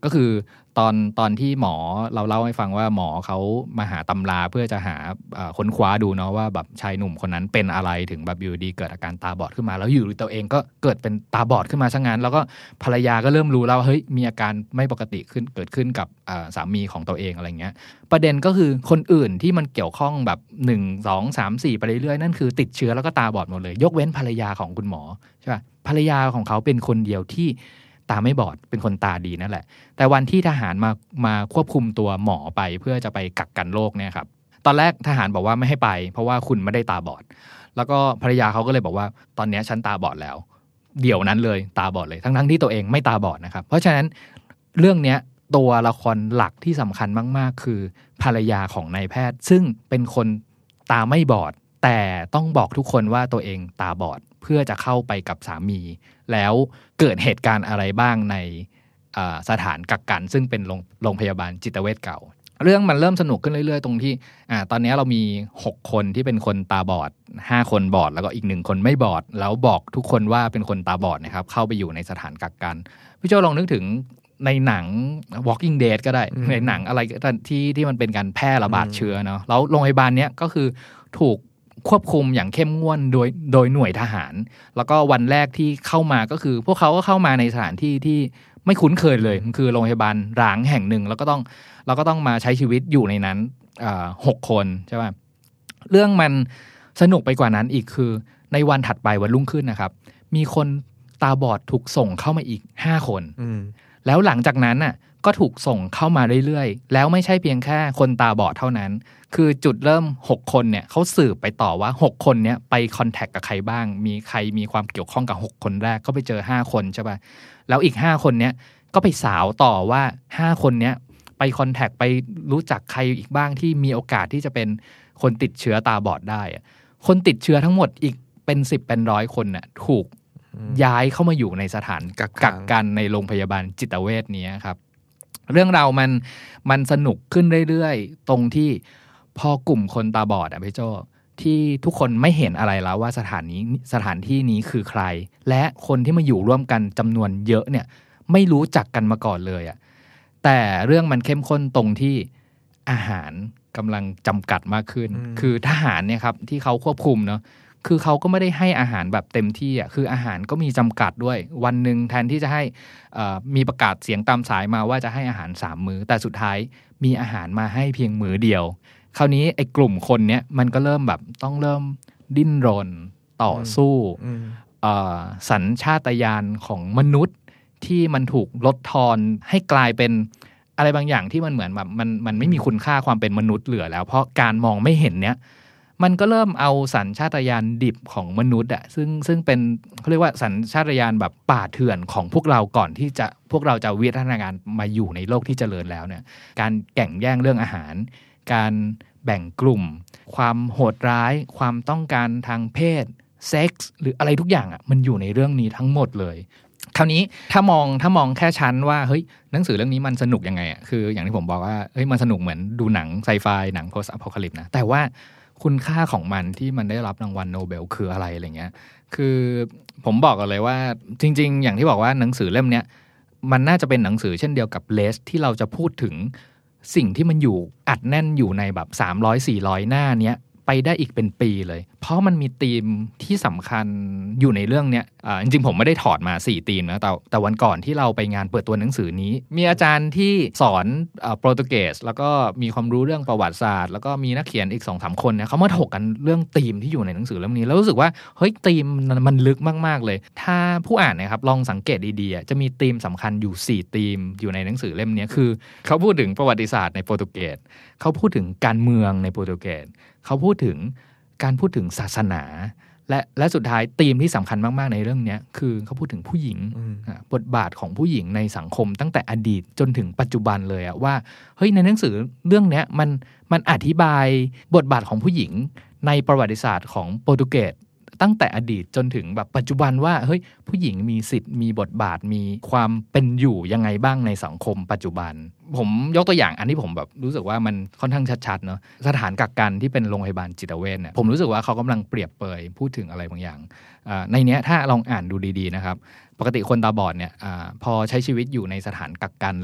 ก็คือตอนตอนที่หมอเราเล่าให้ฟังว่าหมอเขามาหาตำราเพื่อจะหาค้นคว้าดูเนาะว่าแบบชายหนุ่มคนนั้นเป็นอะไรถึงแบบอยู่ดีเกิดอาการตาบอดขึ้นมาแล้วอยู่ตัวเองก็เกิดเป็นตาบอดขึ้นมาซะงั้นแล้วก็ภรรยาก็เริ่มรู้แล้วเฮ้ยมีอาการไม่ปกติขึ้นเกิดขึ้นกับสามีของตัวเองอะไรเงี้ยประเด็นก็คือคนอื่นที่มันเกี่ยวข้องแบบหนึ่ง สอง สาม สี่ไปเรื่อยๆนั่นคือติดเชื้อแล้วก็ตาบอดหมดเลยยกเว้นภรรยาของคุณหมอใช่ป่ะภรรยาของเขาเป็นคนเดียวที่ตาไม่บอดเป็นคนตาดีนั่นแหละแต่วันที่ทหารมามาควบคุมตัวหมอไปเพื่อจะไปกักกันโรคเนี่ยครับตอนแรกทหารบอกว่าไม่ให้ไปเพราะว่าคุณไม่ได้ตาบอดแล้วก็ภรรยาเขาก็เลยบอกว่าตอนนี้ฉันตาบอดแล้วเดี๋ยวนั้นเลยตาบอดเลยทั้งๆที่ตัวเองไม่ตาบอดนะครับเพราะฉะนั้นเรื่องนี้ตัวละครหลักที่สำคัญมากๆคือภรรยาของนายแพทย์ซึ่งเป็นคนตาไม่บอดแต่ต้องบอกทุกคนว่าตัวเองตาบอดเพื่อจะเข้าไปกับสามีแล้วเกิดเหตุการณ์อะไรบ้างในสถานกักกันซึ่งเป็นโรงพยาบาลจิตเวชเก่าเรื่องมันเริ่มสนุกขึ้นเรื่อยๆตรงที่อ่าตอนนี้เรามีหกคนที่เป็นคนตาบอดห้าคนบอดแล้วก็อีกหนึ่งคนไม่บอดแล้วบอกทุกคนว่าเป็นคนตาบอดนะครับเข้าไปอยู่ในสถานกักกันพี่โจลองนึกถึงในหนัง Walking Dead ก็ได้ในหนังอะไรที่ที่มันเป็นการแพร่ระบาดเชื้อเนาะแล้วโรงพยาบาลเนี้ยก็คือถูกควบคุมอย่างเข้มงวดโดยโดยหน่วยทหารแล้วก็วันแรกที่เข้ามาก็คือพวกเขาก็เข้ามาในสถานที่ที่ไม่คุ้นเคยเลยมันคือโรงพยาบาลร้างแห่งหนึ่งแล้วก็ต้องเราก็ต้องมาใช้ชีวิตอยู่ในนั้นหกคนใช่ป่ะเรื่องมันสนุกไปกว่านั้นอีกคือในวันถัดไปวันรุ่งขึ้นนะครับมีคนตาบอดถูกส่งเข้ามาอีกห้าคนแล้วหลังจากนั้นน่ะก็ถูกส่งเข้ามาเรื่อยๆแล้วไม่ใช่เพียงแค่คนตาบอดเท่านั้นคือจุดเริ่มหกคนเนี่ยเขาสืบไปต่อว่าหกคนเนี้ยไปคอนแทคกับใครบ้างมีใครมีความเกี่ยวข้องกับหกคนแรกก็ไปเจอห้าคนใช่ป่ะแล้วอีกห้าคนเนี้ยก็ไปสาวต่อว่าห้าคนเนี้ยไปคอนแทคไปรู้จักใครอีกบ้างที่มีโอกาสที่จะเป็นคนติดเชื้อตาบอดได้คนติดเชื้อทั้งหมดอีกเป็นสิบเป็นร้อยคนน่ะถูกย้ายเข้ามาอยู่ในสถานกักกันในโรงพยาบาลจิตเวชนี้ครับเรื่องราวมันมันสนุกขึ้นเรื่อยๆตรงที่พอกลุ่มคนตาบอดอ่ะพี่โจที่ทุกคนไม่เห็นอะไรแล้วว่าสถานนี้สถานที่นี้คือใครและคนที่มาอยู่ร่วมกันจำนวนเยอะเนี่ยไม่รู้จักกันมาก่อนเลยอ่ะแต่เรื่องมันเข้มข้นตรงที่อาหารกำลังจำกัดมากขึ้นคือทหารเนี่ยครับที่เขาควบคุมเนาะคือเขาก็ไม่ได้ให้อาหารแบบเต็มที่อ่ะคืออาหารก็มีจำกัดด้วยวันหนึ่งแทนที่จะให้มีประกาศเสียงตามสายมาว่าจะให้อาหารสามมื้อแต่สุดท้ายมีอาหารมาให้เพียงมื้อเดียวคราวนี้ไอ้กลุ่มคนเนี้ยมันก็เริ่มแบบต้องเริ่มดิ้นรนต่อสู้สัญชาตญาณของมนุษย์ที่มันถูกลดทอนให้กลายเป็นอะไรบางอย่างที่มันเหมือนแบบมันมันไม่มีคุณค่าความเป็นมนุษย์เหลือแล้วเพราะการมองไม่เห็นเนี้ยมันก็เริ่มเอาสัญชาตญาณดิบของมนุษย์อะซึ่งซึ่งเป็นเขาเรียกว่าสัญชาตญาณแบบป่าเถื่อนของพวกเราก่อนที่จะพวกเราจะวิวัฒนาการมาอยู่ในโลกที่เจริญแล้วเนี่ยการแข่งแย่งเรื่องอาหารการแบ่งกลุ่มความโหดร้ายความต้องการทางเพศเซ็กส์หรืออะไรทุกอย่างอะมันอยู่ในเรื่องนี้ทั้งหมดเลยคราวนี้ถ้ามองถ้ามองแค่ชั้นว่าเฮ้ยหนังสือเรื่องนี้มันสนุกยังไงอ่ะคืออย่างที่ผมบอกว่าเฮ้ยมันสนุกเหมือนดูหนังไซไฟหนังโพสต์อพอคาลิปส์นะแต่ว่าคุณค่าของมันที่มันได้รับรางวัลโนเบลคืออะไรอะไรเงี้ยคือผมบอกกันเลยว่าจริงๆอย่างที่บอกว่าหนังสือเล่มเนี้ยมันน่าจะเป็นหนังสือเช่นเดียวกับเลสที่เราจะพูดถึงสิ่งที่มันอยู่อัดแน่นอยู่ในแบบสามร้อย สี่ร้อยหน้าเนี้ยไปได้อีกเป็นปีเลยเพราะมันมีธีมที่สำคัญอยู่ในเรื่องเนี้ยอ่าจริงๆผมไม่ได้ถอดมาสี่ธีมนะแต่แต่วันก่อนที่เราไปงานเปิดตัวหนังสือนี้มีอาจารย์ที่สอนอ่าโปรตุเกสแล้วก็มีความรู้เรื่องประวัติศาสตร์แล้วก็มีนักเขียนอีก สองสาม คนเนี่ยเขามาถกกันเรื่องธีมที่อยู่ในหนังสือเล่มนี้แล้วรู้สึกว่าเฮ้ยธีมมันลึกมากๆเลยถ้าผู้อ่านนะครับลองสังเกตดีๆจะมีธีมสำคัญอยู่สี่ธีมอยู่ในหนังสือเล่มนี้คือเขาพูดถึงประวัติศาสตร์ในโปรตุเกสเขาพูดถึงการเมืองในโปรตุเกสเขาพูดถึงการพูดถึงศาสนาและและสุดท้ายธีมที่สำคัญมากๆในเรื่องนี้คือเขาพูดถึงผู้หญิงบทบาทของผู้หญิงในสังคมตั้งแต่อดีตจนถึงปัจจุบันเลยอะว่าเฮ้ยในหนังสือเรื่องนี้มันมันอธิบายบทบาทของผู้หญิงในประวัติศาสตร์ของโปรตุเกสตั้งแต่อดีตจนถึงแบบปัจจุบันว่าเฮ้ยผู้หญิงมีสิทธิ์มีบทบาทมีความเป็นอยู่ยังไงบ้างในสังคมปัจจุบันผมยกตัวอย่างอันที่ผมแบบรู้สึกว่ามันค่อนข้างชัดๆเนาะสถานกักกันที่เป็นโรงพยาบาลจิตเวชเนี่ยผมรู้สึกว่าเขากำลังเปรียบเปยพูดถึงอะไรบางอย่างในเนี้ยถ้าลองอ่านดูดีๆนะครับปกติคนตาบอดเนี่ยอพอใช้ชีวิตอยู่ในสถานกักกันแล้วแบบ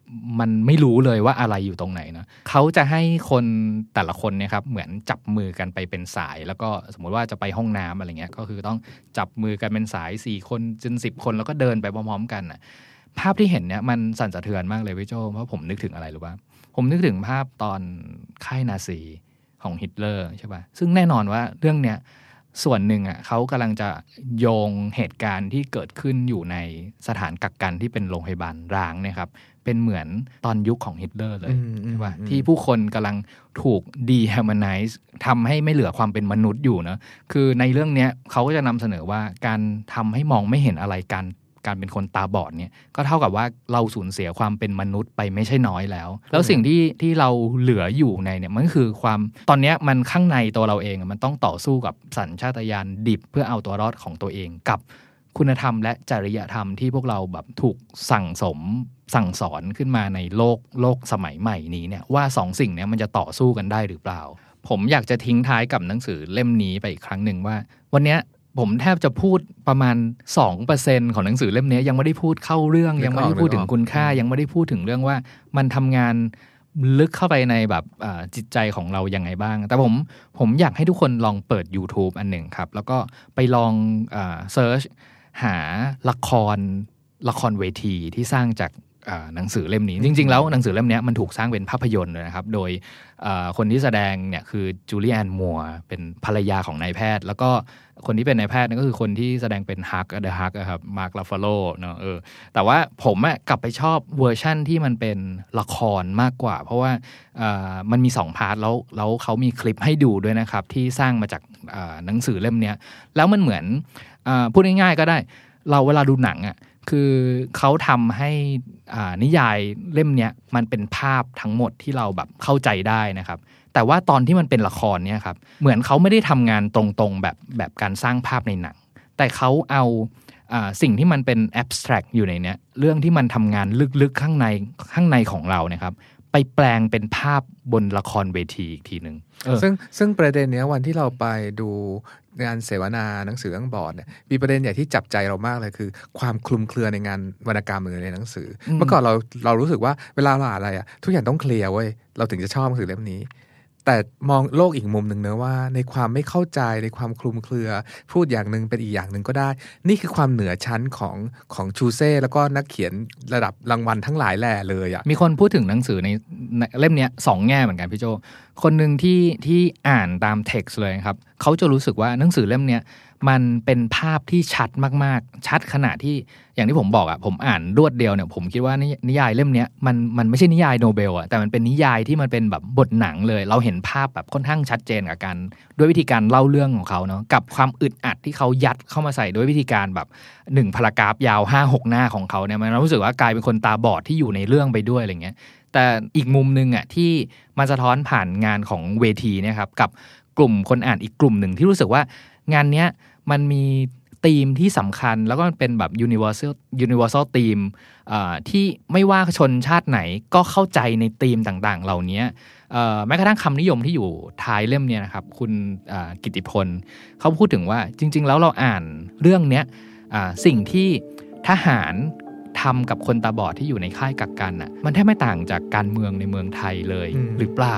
มันไม่รู้เลยว่าอะไรอยู่ตรงไหนนะเขาจะให้คนแต่ละคนเนี่ยครับเหมือนจับมือกันไปเป็นสายแล้วก็สมมติว่าจะไปห้องน้ำอะไรเงี้ยก็คือต้องจับมือกันเป็นสายสี่คนจนสิบคนแล้วก็เดินไปพร้อมๆกันนะภาพที่เห็นเนี่ยมันสั่นสะเทือนมากเลยพี่โจเพราะผมนึกถึงอะไรรู้ป่ะผมนึกถึงภาพตอนค่ายนาซีของฮิตเลอร์ใช่ป่ะซึ่งแน่นอนว่าเรื่องเนี้ยส่วนหนึ่งอ่ะเขากำลังจะโยงเหตุการณ์ที่เกิดขึ้นอยู่ในสถานกักกันที่เป็นโรงพยาบาลร้างเนี่ยครับเป็นเหมือนตอนยุคของฮิตเลอร์เลยใช่ป่ะที่ผู้คนกำลังถูก dehumanize ทำให้ไม่เหลือความเป็นมนุษย์อยู่นะคือในเรื่องนี้เขาก็จะนำเสนอว่าการทำให้มองไม่เห็นอะไรการการเป็นคนตาบอดเนี่ยก็เท่ากับว่าเราสูญเสียความเป็นมนุษย์ไปไม่ใช่น้อยแล้วแล้วสิ่งที่ที่เราเหลืออยู่ในเนี่ยมันก็คือความตอนนี้มันข้างในตัวเราเองมันต้องต่อสู้กับสัญชาตญาณดิบเพื่อเอาตัวรอดของตัวเองกับคุณธรรมและจริยธรรมที่พวกเราแบบถูกสั่งสมสั่งสอนขึ้นมาในโลกโลกสมัยใหม่นี้เนี่ยว่าสองสิ่งนี้มันจะต่อสู้กันได้หรือเปล่าผมอยากจะทิ้งท้ายกับหนังสือเล่มนี้ไปอีกครั้งหนึ่งว่าวันนี้ผมแทบจะพูดประมาณ สองเปอร์เซ็นต์ ของหนังสือเล่มนี้ยังไม่ได้พูดเข้าเรื่องยังไม่ได้พูดถึงคุณค่ายังไม่ได้พูดถึงเรื่องว่ามันทำงานลึกเข้าไปในแบบจิตใจของเรายังไงบ้างแต่ผมผมอยากให้ทุกคนลองเปิด YouTube อันหนึ่งครับแล้วก็ไปลองเซิร์ชหาละครละครเวทีที่สร้างจากหนังสือเล่มนี้จริงๆแล้วหนังสือเล่มนี้มันถูกสร้างเป็นภาพยนตร์เลยนะครับโดยคนที่แสดงเนี่ยคือจูเลียนมัวร์เป็นภรรยาของนายแพทย์แล้วก็คนที่เป็นนายแพทย์นั่นก็คือคนที่แสดงเป็นฮักเดอะฮักครับมาร์คลาฟาโลเนาะเออแต่ว่าผมอะกลับไปชอบเวอร์ชั่นที่มันเป็นละครมากกว่าเพราะว่ามันมีสองพาร์ทแล้วแล้วเขามีคลิปให้ดูด้วยนะครับที่สร้างมาจากหนังสือเล่มนี้แล้วมันเหมือนพูดง่ายๆก็ได้เราเวลาดูหนังอะคือเขาทำให้นิยายเล่มนี้มันเป็นภาพทั้งหมดที่เราแบบเข้าใจได้นะครับแต่ว่าตอนที่มันเป็นละครเนี่ยครับเหมือนเขาไม่ได้ทำงานตรงๆแบบแบบการสร้างภาพในหนังแต่เขาเอาสิ่งที่มันเป็นแอบสแตรกอยู่ในเนี้ยเรื่องที่มันทำงานลึกๆข้างในข้างในของเรานะครับไปแปลงเป็นภาพบนละครเวทีอีกทีนึงซึ่งซึ่งประเด็นเนี้ยวันที่เราไปดูงานเสวนาหนังสือเรื่องบอร์ดเนี่ยมีประเด็นใหญ่ที่จับใจเรามากเลยคือความคลุมเครือในงานวรรณกรรมหรือในหนังสือเมื่อก่อนเราเรารู้สึกว่าเวลาเราอ่านอะไรอะทุกอย่างต้องเคลียร์เว้ยเราถึงจะชอบหนังสือเล่มนี้แต่มองโลกอีกมุมหนึ่งเนอะว่าในความไม่เข้าใจในความคลุมเครือพูดอย่างนึงเป็นอีกอย่างนึงก็ได้นี่คือความเหนือชั้นของของชูเซ่แล้วก็นักเขียนระดับรางวัลทั้งหลายแหล่เลยอ่ะมีคนพูดถึงหนังสือในเล่มนี้สองแง่เหมือนกันพี่โจคนหนึ่งที่ที่อ่านตามเท็กซ์เลยครับเขาจะรู้สึกว่าหนังสือเล่มนี้มันเป็นภาพที่ชัดมากๆชัดขนาดที่อย่างที่ผมบอกอ่ะผมอ่านรวดเดียวเนี่ยผมคิดว่านิยายเล่มนี้มันมันไม่ใช่นิยายโนเบลอ่ะแต่มันเป็นนิยายที่มันเป็นแบบบทหนังเลยเราเห็นภาพแบบค่อนข้างชัดเจนกับการด้วยวิธีการเล่าเรื่องของเขาเนาะกับความอึดอัดที่เขายัดเข้ามาใส่ด้วยวิธีการแบบหนึ่งพารากราฟยาว ห้าหก หน้าของเขาเนี่ยมันรู้สึกว่ากลายเป็นคนตาบอดที่อยู่ในเรื่องไปด้วยอะไรเงี้ยแต่อีกมุมนึงอ่ะที่มันสะท้อนผ่านงานของเวทีเนี่ยครับกับกลุ่มคนอ่านอีกกลุ่มหนึ่งที่รู้สึกว่างานเนี้ยมันมีธีมที่สำคัญแล้วก็เป็นแบบ universal universal theme ที่ไม่ว่าชนชาติไหนก็เข้าใจในธีมต่างๆเหล่านี้แม้กระทั่งคำนิยมที่อยู่ท้ายเล่มเนี่ยนะครับคุณกิตติพลเขาพูดถึงว่าจริงๆแล้วเราอ่านเรื่องเนี้ยสิ่งที่ทหารทำกับคนตาบอดที่อยู่ในค่ายกักกันน่ะมันแทบไม่ต่างจากการเมืองในเมืองไทยเลยหรือเปล่า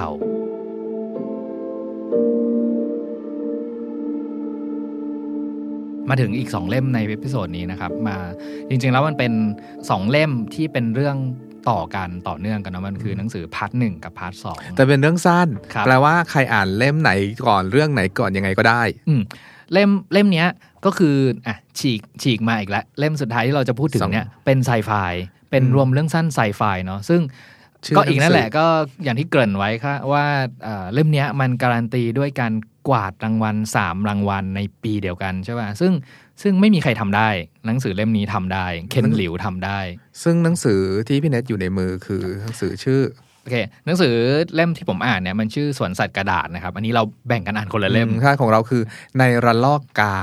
มาถึงอีกสองเล่มในเอพิโซดนี้นะครับมาจริงๆแล้วมันเป็นสองเล่มที่เป็นเรื่องต่อกันต่อเนื่องกันนะมันคือหนังสือพาร์ทหนึ่งกับพาร์ทสองแต่เป็นเรื่องสั้นแปลว่าใครอ่านเล่มไหนก่อนเรื่องไหนก่อนยังไงก็ได้อืมเล่มเล่มเนี้ยก็คืออ่ะฉีกฉีกมาอีกแล้วเล่มสุดท้ายที่เราจะพูดถึงเนี้ยเป็นไซไฟเป็นรวมเรื่องสั้นไซไฟเนาะซึ่งก็อีกนั่นแหละก็อย่างที่เกริ่นไว้ค่ะว่าเล่มเนี้ยมันการันตีด้วยการกวาดรางวัลสามรางวัลในปีเดียวกันใช่ป่ะซึ่งซึ่งไม่มีใครทำได้หนังสือเล่มนี้ทำได้เคนหลิวทำได้ซึ่งหนังสือที่พี่เน็ตอยู่ในมือคือหนังสือชื่อโอเคหนังสือเล่มที่ผมอ่านเนี่ยมันชื่อสวนสัตว์กระดาษนะครับอันนี้เราแบ่งกันอ่านคนละเล่มค่าของเราคือในระลอกการ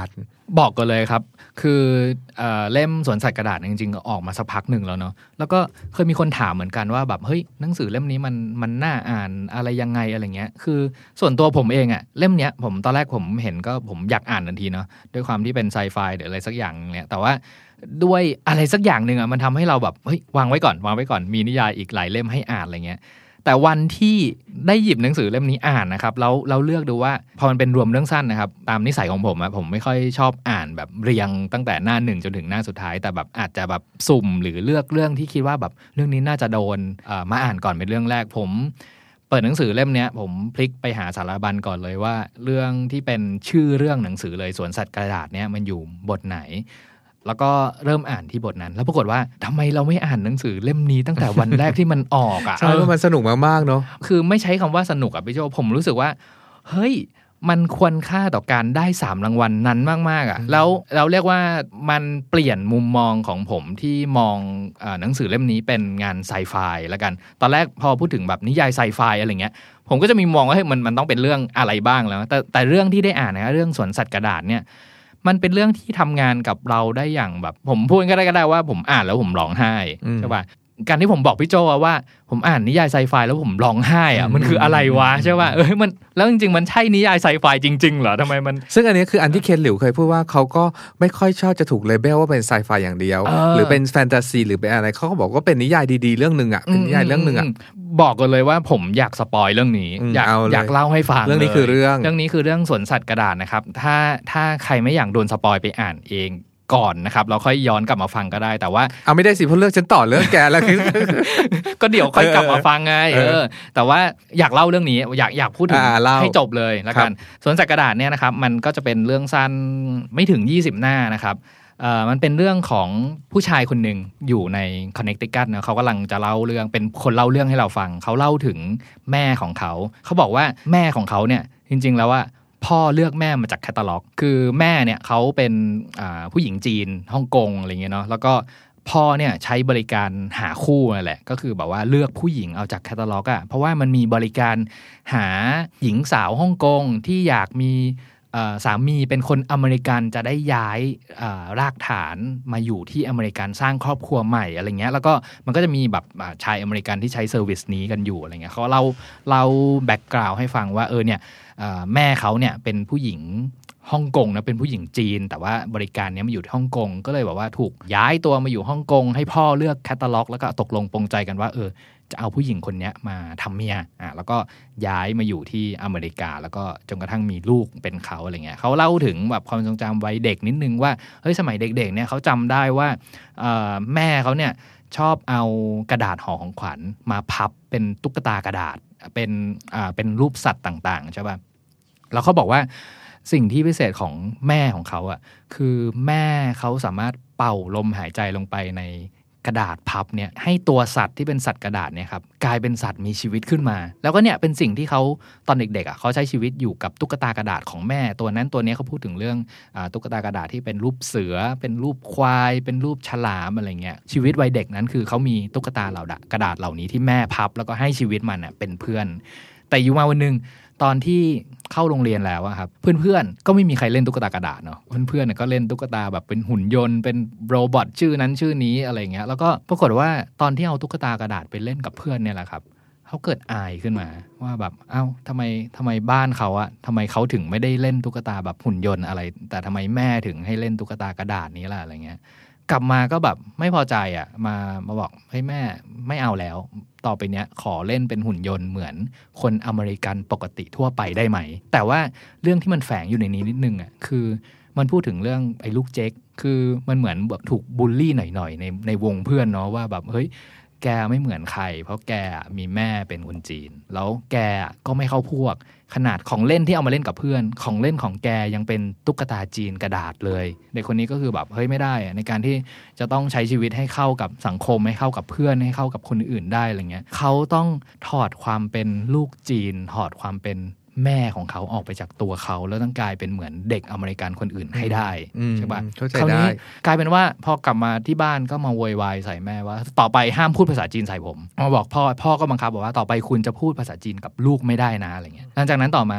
บอกกันเลยครับคือเอ่อเล่มสวนสัตว์กระดาษจริงๆออกมาสักพักหนึ่งแล้วเนาะแล้วก็เคยมีคนถามเหมือนกันว่าแบบเฮ้ยหนังสือเล่มนี้มันมันน่าอ่านอะไรยังไงอะไรเงี้ยคือส่วนตัวผมเองอะเล่มเนี้ยผมตอนแรกผมเห็นก็ผมอยากอ่านทันทีเนาะด้วยความที่เป็นไซไฟหรืออะไรสักอย่างเนี่ยแต่ว่าด้วยอะไรสักอย่างนึงอะมันทำให้เราแบบเฮ้ยวางไว้ก่อนวางไว้ก่อนมีนิยายอีกหลายเล่มให้อ่านอะไรเงี้ยแต่วันที่ได้หยิบหนังสือเล่มนี้อ่านนะครับแล้วเราเลือกดูว่าพอมันเป็นรวมเรื่องสั้นนะครับตามนิสัยของผมอะผมไม่ค่อยชอบอ่านแบบเรียงตั้งแต่หน้าหนึ่งจนถึงหน้าสุดท้ายแต่แบบอาจจะแบบสุ่มหรือเลือกเรื่องที่คิดว่าแบบเรื่องนี้น่าจะโดนเอ่อมาอ่านก่อนเป็นเรื่องแรกผมเปิดหนังสือเล่มนี้ผมพลิกไปหาสารบัญก่อนเลยว่าเรื่องที่เป็นชื่อเรื่องหนังสือเลยสวนสัตว์กระดาษเนี่ยมันอยู่บทไหนแล้วก็เริ่มอ่านที่บทนั้นแล้วปรากฏว่าทำไมเราไม่อ่านหนังสือเล่มนี้ตั้งแต่วันแรกที่มันออกอ่ะใช่ว่ามันสนุกมากๆเนาะคือไม่ใช้คำว่าสนุกอ่ะพี่โจผมรู้สึกว่าเฮ้ยมันควรค่าต่อการได้สามรางวัลนั้นมากๆอ่ะแล้วเราเรียกว่ามันเปลี่ยนมุมมองของผมที่มองเอ่อหนังสือเล่มนี้เป็นงานไซไฟแล้วกันตอนแรกพอพูดถึงแบบนิยายไซไฟอะไรเงี้ยผมก็จะมีมองว่าเฮ้ยมันมันต้องเป็นเรื่องอะไรบ้างแล้วแต่แต่เรื่องที่ได้อ่านนะเรื่องสวนสัตว์กระดาษเนี่ยมันเป็นเรื่องที่ทำงานกับเราได้อย่างแบบผมพูดก็ได้ก็ได้ว่าผมอ่านแล้วผมร้องไห้ใช่ป่ะการที่ผมบอกพี่โจว่าผมอ่านนิยายไซไฟแล้วผมร้องไห้อ่ะมันคืออะไรวะใช่ป่ะเออมันแล้วจริงๆมันใช่นิยายไซไฟจริงๆเหรอทำไมมันซึ่งอันนี้คืออันที่เคนหลิวเคยพูดว่าเขาก็ไม่ค่อยชอบจะถูกเลเบลว่าเป็นไซไฟอย่างเดียวหรือเป็นแฟนตาซีหรือเป็นอะไรเขาก็บอกว่าเป็นนิยายดีๆเรื่องนึงอ่ะเป็นนิยายเรื่องนึงอ่ะบอกกันเลยว่าผมอยากสปอยเรื่องนี้อยากอยากเล่าให้ฟังเรื่องนี้คือเรื่องเรื่องนี้คือเรื่องสวนสัตว์กระดาษนะครับถ้าถ้าใครไม่อยากโดนสปอยไปอ่านเองก่อนนะครับเราค่อยย้อนกลับมาฟังก็ได้แต่ว่าเอาไม่ได้สิเพราะเรื่องฉันต่อเรื่องแกแล้วคือก็เดี๋ยวค่อยกลับมาฟังไงเออแต่ว่าอยากเล่าเรื่องนี้อยากอยากพูดถึงให้จบเลยแล้วกันสวนสัตว์กระดาษเนี่ยนะครับมันก็จะเป็นเรื่องสั้นไม่ถึงยี่สิบหน้านะครับเอ่อมันเป็นเรื่องของผู้ชายคนหนึ่งอยู่ในคอนเนคติคัตนะเขากำลังจะเล่าเรื่องเป็นคนเล่าเรื่องให้เราฟังเขาเล่าถึงแม่ของเขาเขาบอกว่าแม่ของเขาเนี่ยจริงๆแล้วว่าพ่อเลือกแม่มาจากแคตตาล็อกคือแม่เนี่ยเขาเป็นผู้หญิงจีนฮ่องกงอะไรเงี้ยเนาะแล้วก็พ่อเนี่ยใช้บริการหาคู่นั่นแหละก็คือแบบว่าเลือกผู้หญิงเอาจากแคตตาล็อกอ่ะเพราะว่ามันมีบริการหาหญิงสาวฮ่องกงที่อยากมีสามีเป็นคนอเมริกันจะได้ย้ายรากฐานมาอยู่ที่อเมริกันสร้างครอบครัวใหม่อะไรเงี้ยแล้วก็มันก็จะมีแบบชายอเมริกันที่ใช้เซอร์วิสนี้กันอยู่อะไรเงี้ยเขาเล่าเล่าแบ็กกราวด์ให้ฟังว่าเออเนี่ยแม่เขาเนี่ยเป็นผู้หญิงฮ่องกงนะเป็นผู้หญิงจีนแต่ว่าบริการนี้มาอยู่ที่ฮ่องกงก็เลยแบบว่าถูกย้ายตัวมาอยู่ฮ่องกงให้พ่อเลือกแคตตาล็อกแล้วก็ตกลงปรงใจกันว่าเออจะเอาผู้หญิงคนนี้มาทำเมียอ่ะแล้วก็ย้ายมาอยู่ที่อเมริกาแล้วก็จนกระทั่งมีลูกเป็นเขาอะไรเงี้ยเขาเล่าถึงแบบความทรงจำวัยเด็กนิดนึงว่าเฮ้ยสมัยเด็กๆเนี่ยเขาจำได้ว่าแม่เขาเนี่ยชอบเอากระดาษห่อของขวัญมาพับเป็นตุ๊กตากระดาษเป็นอ่าเป็นรูปสัตว์ต่างๆใช่ป่ะแล้วเขาบอกว่าสิ่งที่พิเศษของแม่ของเขาอ่ะคือแม่เขาสามารถเป่าลมหายใจลงไปในกระดาษพับเนี่ยให้ตัวสัตว์ที่เป็นสัตว์กระดาษเนี่ยครับกลายเป็นสัตว์มีชีวิตขึ้นมาแล้วก็เนี่ยเป็นสิ่งที่เขาตอนเด็กๆอ่ะเขาใช้ชีวิตอยู่กับตุ๊กตากระดาษของแม่ตัวนั้นตัวนี้เขาพูดถึงเรื่องอ่าตุ๊กตากระดาษที่เป็นรูปเสือเป็นรูปควายเป็นรูปฉลามอะไรเงี้ยชีวิตวัยเด็กนั้นคือเขามีตุ๊กตาเหล่ากระดาษเหล่านี้ที่แม่พับแล้วก็ให้ชีวิตมันอ่ะเป็นเพื่อนแต่อยู่มาวันนึงตอนที่เข้าโรงเรียนแล้วอะครับเพื่อนๆก็ไม่มีใครเล่นตุ๊กตากระดาษเนาะเพื่อนๆก็เล่นตุ๊กตาแบบเป็นหุ่นยนต์เป็นโรบอทชื่อนั้นชื่อนี้อะไรเงี้ยแล้วก็ปรากฏว่าตอนที่เอาตุ๊กตากระดาษไปเล่นกับเพื่อนเนี่ยแหละครับเขาเกิดอายขึ้นมาว่าแบบเอ้าทำไมทำไมบ้านเขาอะทำไมเขาถึงไม่ได้เล่นตุ๊กตาแบบหุ่นยนต์อะไรแต่ทำไมแม่ถึงให้เล่นตุ๊กตากระดาษนี้ล่ะอะไรเงี้ยกลับมาก็แบบไม่พอใจอ่ะมามาบอกเฮ้ยแม่ไม่เอาแล้วต่อไปเนี้ยขอเล่นเป็นหุ่นยนต์เหมือนคนอเมริกันปกติทั่วไปได้ไหมแต่ว่าเรื่องที่มันแฝงอยู่ในนี้นิดนึงอ่ะคือมันพูดถึงเรื่องไอ้ลูกเจ๊กคือมันเหมือนแบบถูกบูลลี่หน่อยๆในในวงเพื่อนเนาะว่าแบบเฮ้ยแกไม่เหมือนใครเพราะแกมีแม่เป็นคนจีนแล้วแกก็ไม่เข้าพวกขนาดของเล่นที่เอามาเล่นกับเพื่อนของเล่นของแกยังเป็นตุ๊กตาจีนกระดาษเลยเด็กคนนี้ก็คือแบบเฮ้ยไม่ได้ในการที่จะต้องใช้ชีวิตให้เข้ากับสังคมให้เข้ากับเพื่อนให้เข้ากับคนอื่นได้อะไรเงี้ยเขาต้องถอดความเป็นลูกจีนถอดความเป็นแม่ของเขาออกไปจากตัวเขาแล้วต้องกลายเป็นเหมือนเด็กอเมริกันคนอื่นให้ได้ใช่ปะคราวนี้กลายเป็นว่าพอกลับมาที่บ้านก็มาโวยวายใส่แม่ว่าต่อไปห้ามพูดภาษาจีนใส่ผมมาบอกพ่อพ่อก็บังคับบอกว่าต่อไปคุณจะพูดภาษาจีนกับลูกไม่ได้นะอะไรเงี้ยหลังจากนั้นต่อมา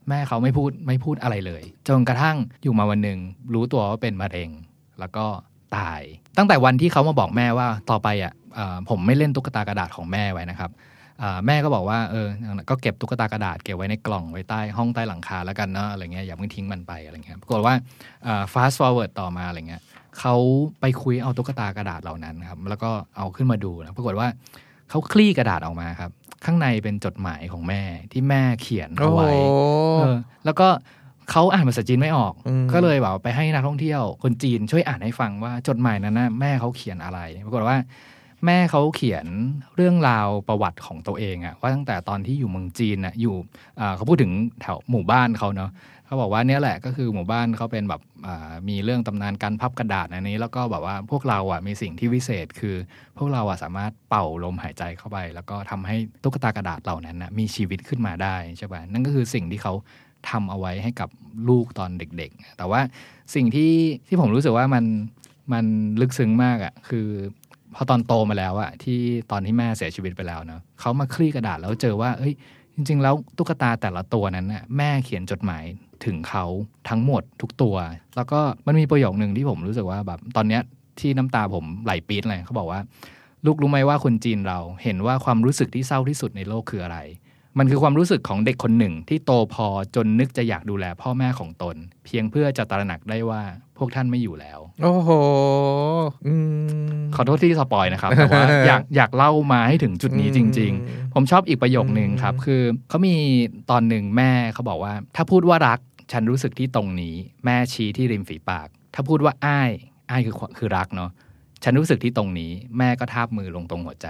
แม่เขาไม่พูดไม่พูดอะไรเลยจนกระทั่งอยู่มาวันหนึ่งรู้ตัวว่าเป็นมะเร็งแล้วก็ตายตั้งแต่วันที่เขามาบอกแม่ว่าต่อไปอ่ะผมไม่เล่นตุ๊กตากระดาษของแม่ไว้นะครับแม่ก็บอกว่าเออก็เก็บตุ๊กตากระดาษเก็บไว้ในกล่องไว้ใต้ห้องใต้หลังคาแล้วกันเนาะอะไรเงี้ยอย่าเพิ่งทิ้งมันไปอะไรเงี้ยปรากฏว่า fast forward ต่อมาอะไรเงี้ยเขาไปคุยเอาตุ๊กตากระดาษเหล่านั้นครับแล้วก็เอาขึ้นมาดูนะปรากฏว่าเขาคลี่กระดาษออกมาครับข้างในเป็นจดหมายของแม่ที่แม่เขียนเอาไว้เออแล้วก็เขาอ่านภาษาจีนไม่ออกก็เลยแบบไปให้นักท่องเที่ยวคนจีนช่วยอ่านให้ฟังว่าจดหมายนั้นนะแม่เขาเขียนอะไรปรากฏว่าแม่เขาเขียนเรื่องราวประวัติของตัวเองอะว่าตั้งแต่ตอนที่อยู่เมืองจีนอะอยู่เขาพูดถึงแถวหมู่บ้านเขาเนาะเขาบอกว่าเนี่ยแหละก็คือหมู่บ้านเขาเป็นแบบมีเรื่องตำนานการพับกระดาษอันนี้แล้วก็แบบว่าพวกเราอะมีสิ่งที่วิเศษคือพวกเราอะสามารถเป่าลมหายใจเข้าไปแล้วก็ทำให้ตุ๊กตากระดาษเหล่านั้นนะมีชีวิตขึ้นมาได้ใช่ป่ะนั่นก็คือสิ่งที่เขาทำเอาไว้ให้กับลูกตอนเด็กๆแต่ว่าสิ่งที่ที่ผมรู้สึกว่ามันมันลึกซึ้งมากอะคือพอตอนโตมาแล้วอะที่ตอนที่แม่เสียชีวิตไปแล้วเนาะเขามาคลี่กระดาษแล้วเจอว่าเอ้ยจริงๆแล้วตุ๊กตาแต่ละตัวนั้นน่ะแม่เขียนจดหมายถึงเขาทั้งหมดทุกตัวแล้วก็มันมีประโยคนึงที่ผมรู้สึกว่าแบบตอนเนี้ยที่น้ำตาผมไหลปี๊ดเลยเขาบอกว่าลูกรู้ไหมว่าคนจีนเราเห็นว่าความรู้สึกที่เศร้าที่สุดในโลกคืออะไรมันคือความรู้สึกของเด็กคนหนึ่งที่โตพอจนนึกจะอยากดูแลพ่อแม่ของตนเพียงเพื่อจะตระหนักได้ว่าพวกท่านไม่อยู่แล้วโอ้โหขอโทษที่สปอยนะครับแต่ว่า อยากอยากเล่ามาให้ถึงจุดนี้จริงๆผมชอบอีกประโยคนึงครับคือเขามีตอนหนึ่งแม่เขาบอกว่าถ้าพูดว่ารักฉันรู้สึกที่ตรงนี้แม่ชี้ที่ริมฝีปากถ้าพูดว่าอ้ายอ้ายคือคือรักเนาะฉันรู้สึกที่ตรงนี้แม่ก็ทาบมือลงตรงหัวใจ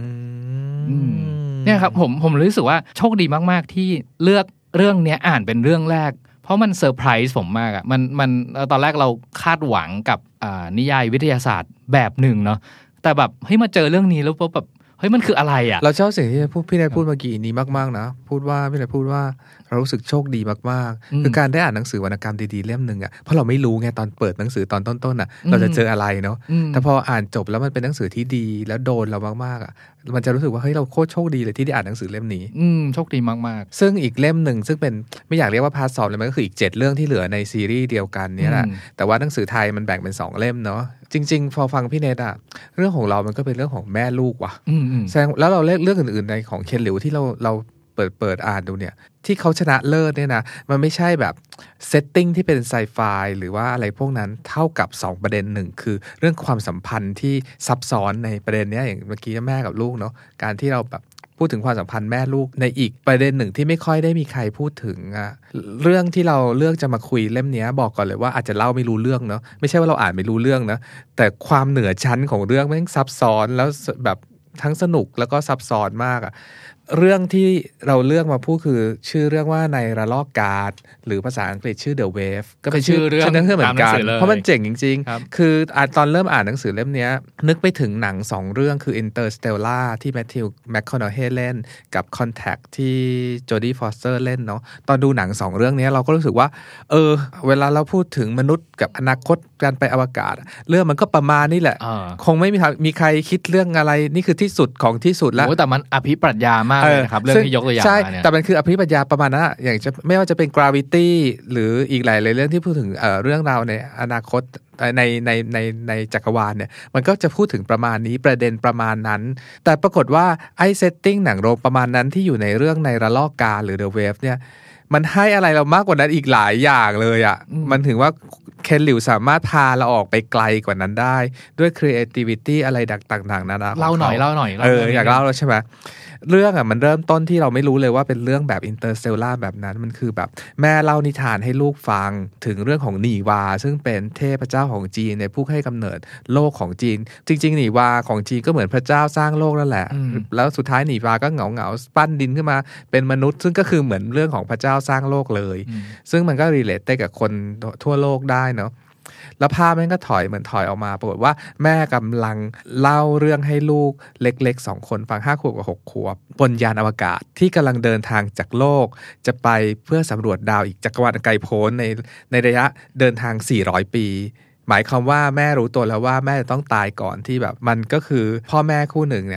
เนี่ยครับผมผมรู้สึกว่าโชคดีมากๆที่เลือกเรื่องนี้อ่านเป็นเรื่องแรกเพราะมันเซอร์ไพรส์ผมมากอ่ะมันมันตอนแรกเราคาดหวังกับนิยายวิทยาศาสตร์แบบหนึ่งเนาะแต่แบบเฮ้ยมาเจอเรื่องนี้แล้วแบบเฮ้ยมันคืออะไรอ่ะเราชอบสิ่งที่พูดพี่นายพูดเมื่อกี้นี้มากๆนะพูดว่าพี่นายพูดว่าเรารู้สึกโชคดีมากๆคือการได้อ่านหนังสือวรรณกรรมดีๆเล่มนึงอ่ะเพราะเราไม่รู้ไงตอนเปิดหนังสือตอนต้นๆอ่ะเราจะเจออะไรเนาะแต่พออ่านจบแล้วมันเป็นหนังสือที่ดีแล้วโดนเรามากๆอ่ะมันจะรู้สึกว่าเฮ้ยเราโคตรโชคดีเลยที่ได้อ่านหนังสือเล่มนี้อืมโชคดีมากๆซึ่งอีกเล่มหนึ่งซึ่งเป็นไม่อยากเรียกว่าพาร์ทสองเลยมันก็คืออีกเจ็ดเรื่องที่เหลือในซีรีส์เดียวกันเนี่ยแหละแต่ว่าหนังสือไทยมันแบ่งเป็นสองเล่มเนาะจริงๆพอฟังพี่เนทอะเรื่องของเรามันก็เป็นเรื่องของแม่ลูกว่ะแสดงแล้วเราเลือกเรื่องอื่นๆในของเคนหลิวที่เราเราเปิดเปิดอ่านดูเนี่ยที่เขาชนะเลิศเนี่ยนะมันไม่ใช่แบบเซตติ้งที่เป็นไซไฟหรือว่าอะไรพวกนั้นเท่ากับสองประเด็นหนึ่งคือเรื่องความสัมพันธ์ที่ซับซ้อนในประเด็นนี้อย่างเมื่อกี้แม่กับลูกเนาะการที่เราแบบพูดถึงความสัมพันธ์แม่ลูกในอีกประเด็นหนึ่งที่ไม่ค่อยได้มีใครพูดถึงอะเรื่องที่เราเลือกจะมาคุยเล่มนี้บอกก่อนเลยว่าอาจจะเล่าไม่รู้เรื่องเนาะไม่ใช่ว่าเราอ่านไม่รู้เรื่องนะแต่ความเหนือชั้นของเรื่องแม่งซับซ้อนแล้วแบบทั้งสนุกแล้วก็ซับซ้อนมากอะเรื่องที่เราเลือกมาพูดคือชื่อเรื่องว่าในระลอกกาดหรือภาษาอังกฤษชื่อ The Wave ก็เป็นชื่อเรื่องเหมือนกันเพราะมันเจ๋งจริงๆคือตอนเริ่มอ่านหนังสือเล่มนี้นึกไปถึงหนังสองเรื่องคือ Interstellar ที่แมทธิวแมคคอนาเฮเล่นกับ Contact ที่โจดี้ฟอสเตอร์เล่นเนาะตอนดูหนังสองเรื่องนี้เราก็รู้สึกว่าเออเวลาเราพูดถึงมนุษย์กับอนาคตการไปอวกาศเรื่องมันก็ประมาณนี้แหละคงไม่มีมีใครคิดเรื่องอะไรนี่คือที่สุดของที่สุดแล้วแต่มันอภิปรัชญามากเลยนะครับเรื่องที่ยกตัวอย่างใช่แต่มันคืออภิปรัชญาประมาณนั้นอย่างจะไม่ว่าจะเป็น gravity หรืออีกหลายเรื่องที่พูดถึง เอ่อ เรื่องราวในอนาคตในในในในจักรวาลเนี่ยมันก็จะพูดถึงประมาณนี้ประเด็นประมาณนั้นแต่ปรากฏว่าไอ้เซตติ้งหนังโรงประมาณนั้นที่อยู่ในเรื่องในระลอกกาหรือ The Wave เนี่ยมันให้อะไรเรามากกว่านั้นอีกหลายอย่างเลยอ่ะมันถึงว่าเคนหลิวสามารถพาเราออกไปไกลกว่านั้นได้ด้วย creativity อะไรต่างๆนานาเล่าหน่อยเล่าหน่อยเอออยากเล่าแล้วใช่ไหมเรื่องอ่ะมันเริ่มต้นที่เราไม่รู้เลยว่าเป็นเรื่องแบบ Interstellar แบบนั้นมันคือแบบแม่เล่านิทานให้ลูกฟังถึงเรื่องของหนีวาซึ่งเป็นเทพเจ้าของจีนในผู้ให้กำเนิดโลกของจีนจริงๆหนีวาของจีนก็เหมือนพระเจ้าสร้างโลกนั่นแหละแล้วสุดท้ายหนีวาก็เหงาเหงาปั้นดินขึ้นมาเป็นมนุษย์ซึ่งก็คือเหมือนเรื่องของพระเจ้าสร้างโลกเลยซึ่งมันก็รีเลทได้กับคนทั่วโลกได้เนาะแล้วภาพมันก็ถอยเหมือนถอยออกมาปรากฏว่าแม่กำลังเล่าเรื่องให้ลูกเล็กๆสองคนฟังห้าขวบกับหกขวบบนยานอวกาศที่กำลังเดินทางจากโลกจะไปเพื่อสำรวจดาวอีกจักรวาลไกลโพ้นในในระยะเดินทางสี่ร้อยปีหมายความว่าแม่รู้ตัวแล้วว่าแม่จะต้องตายก่อนที่แบบมันก็คือพ่อแม่คู่หนึ่งเนี่ย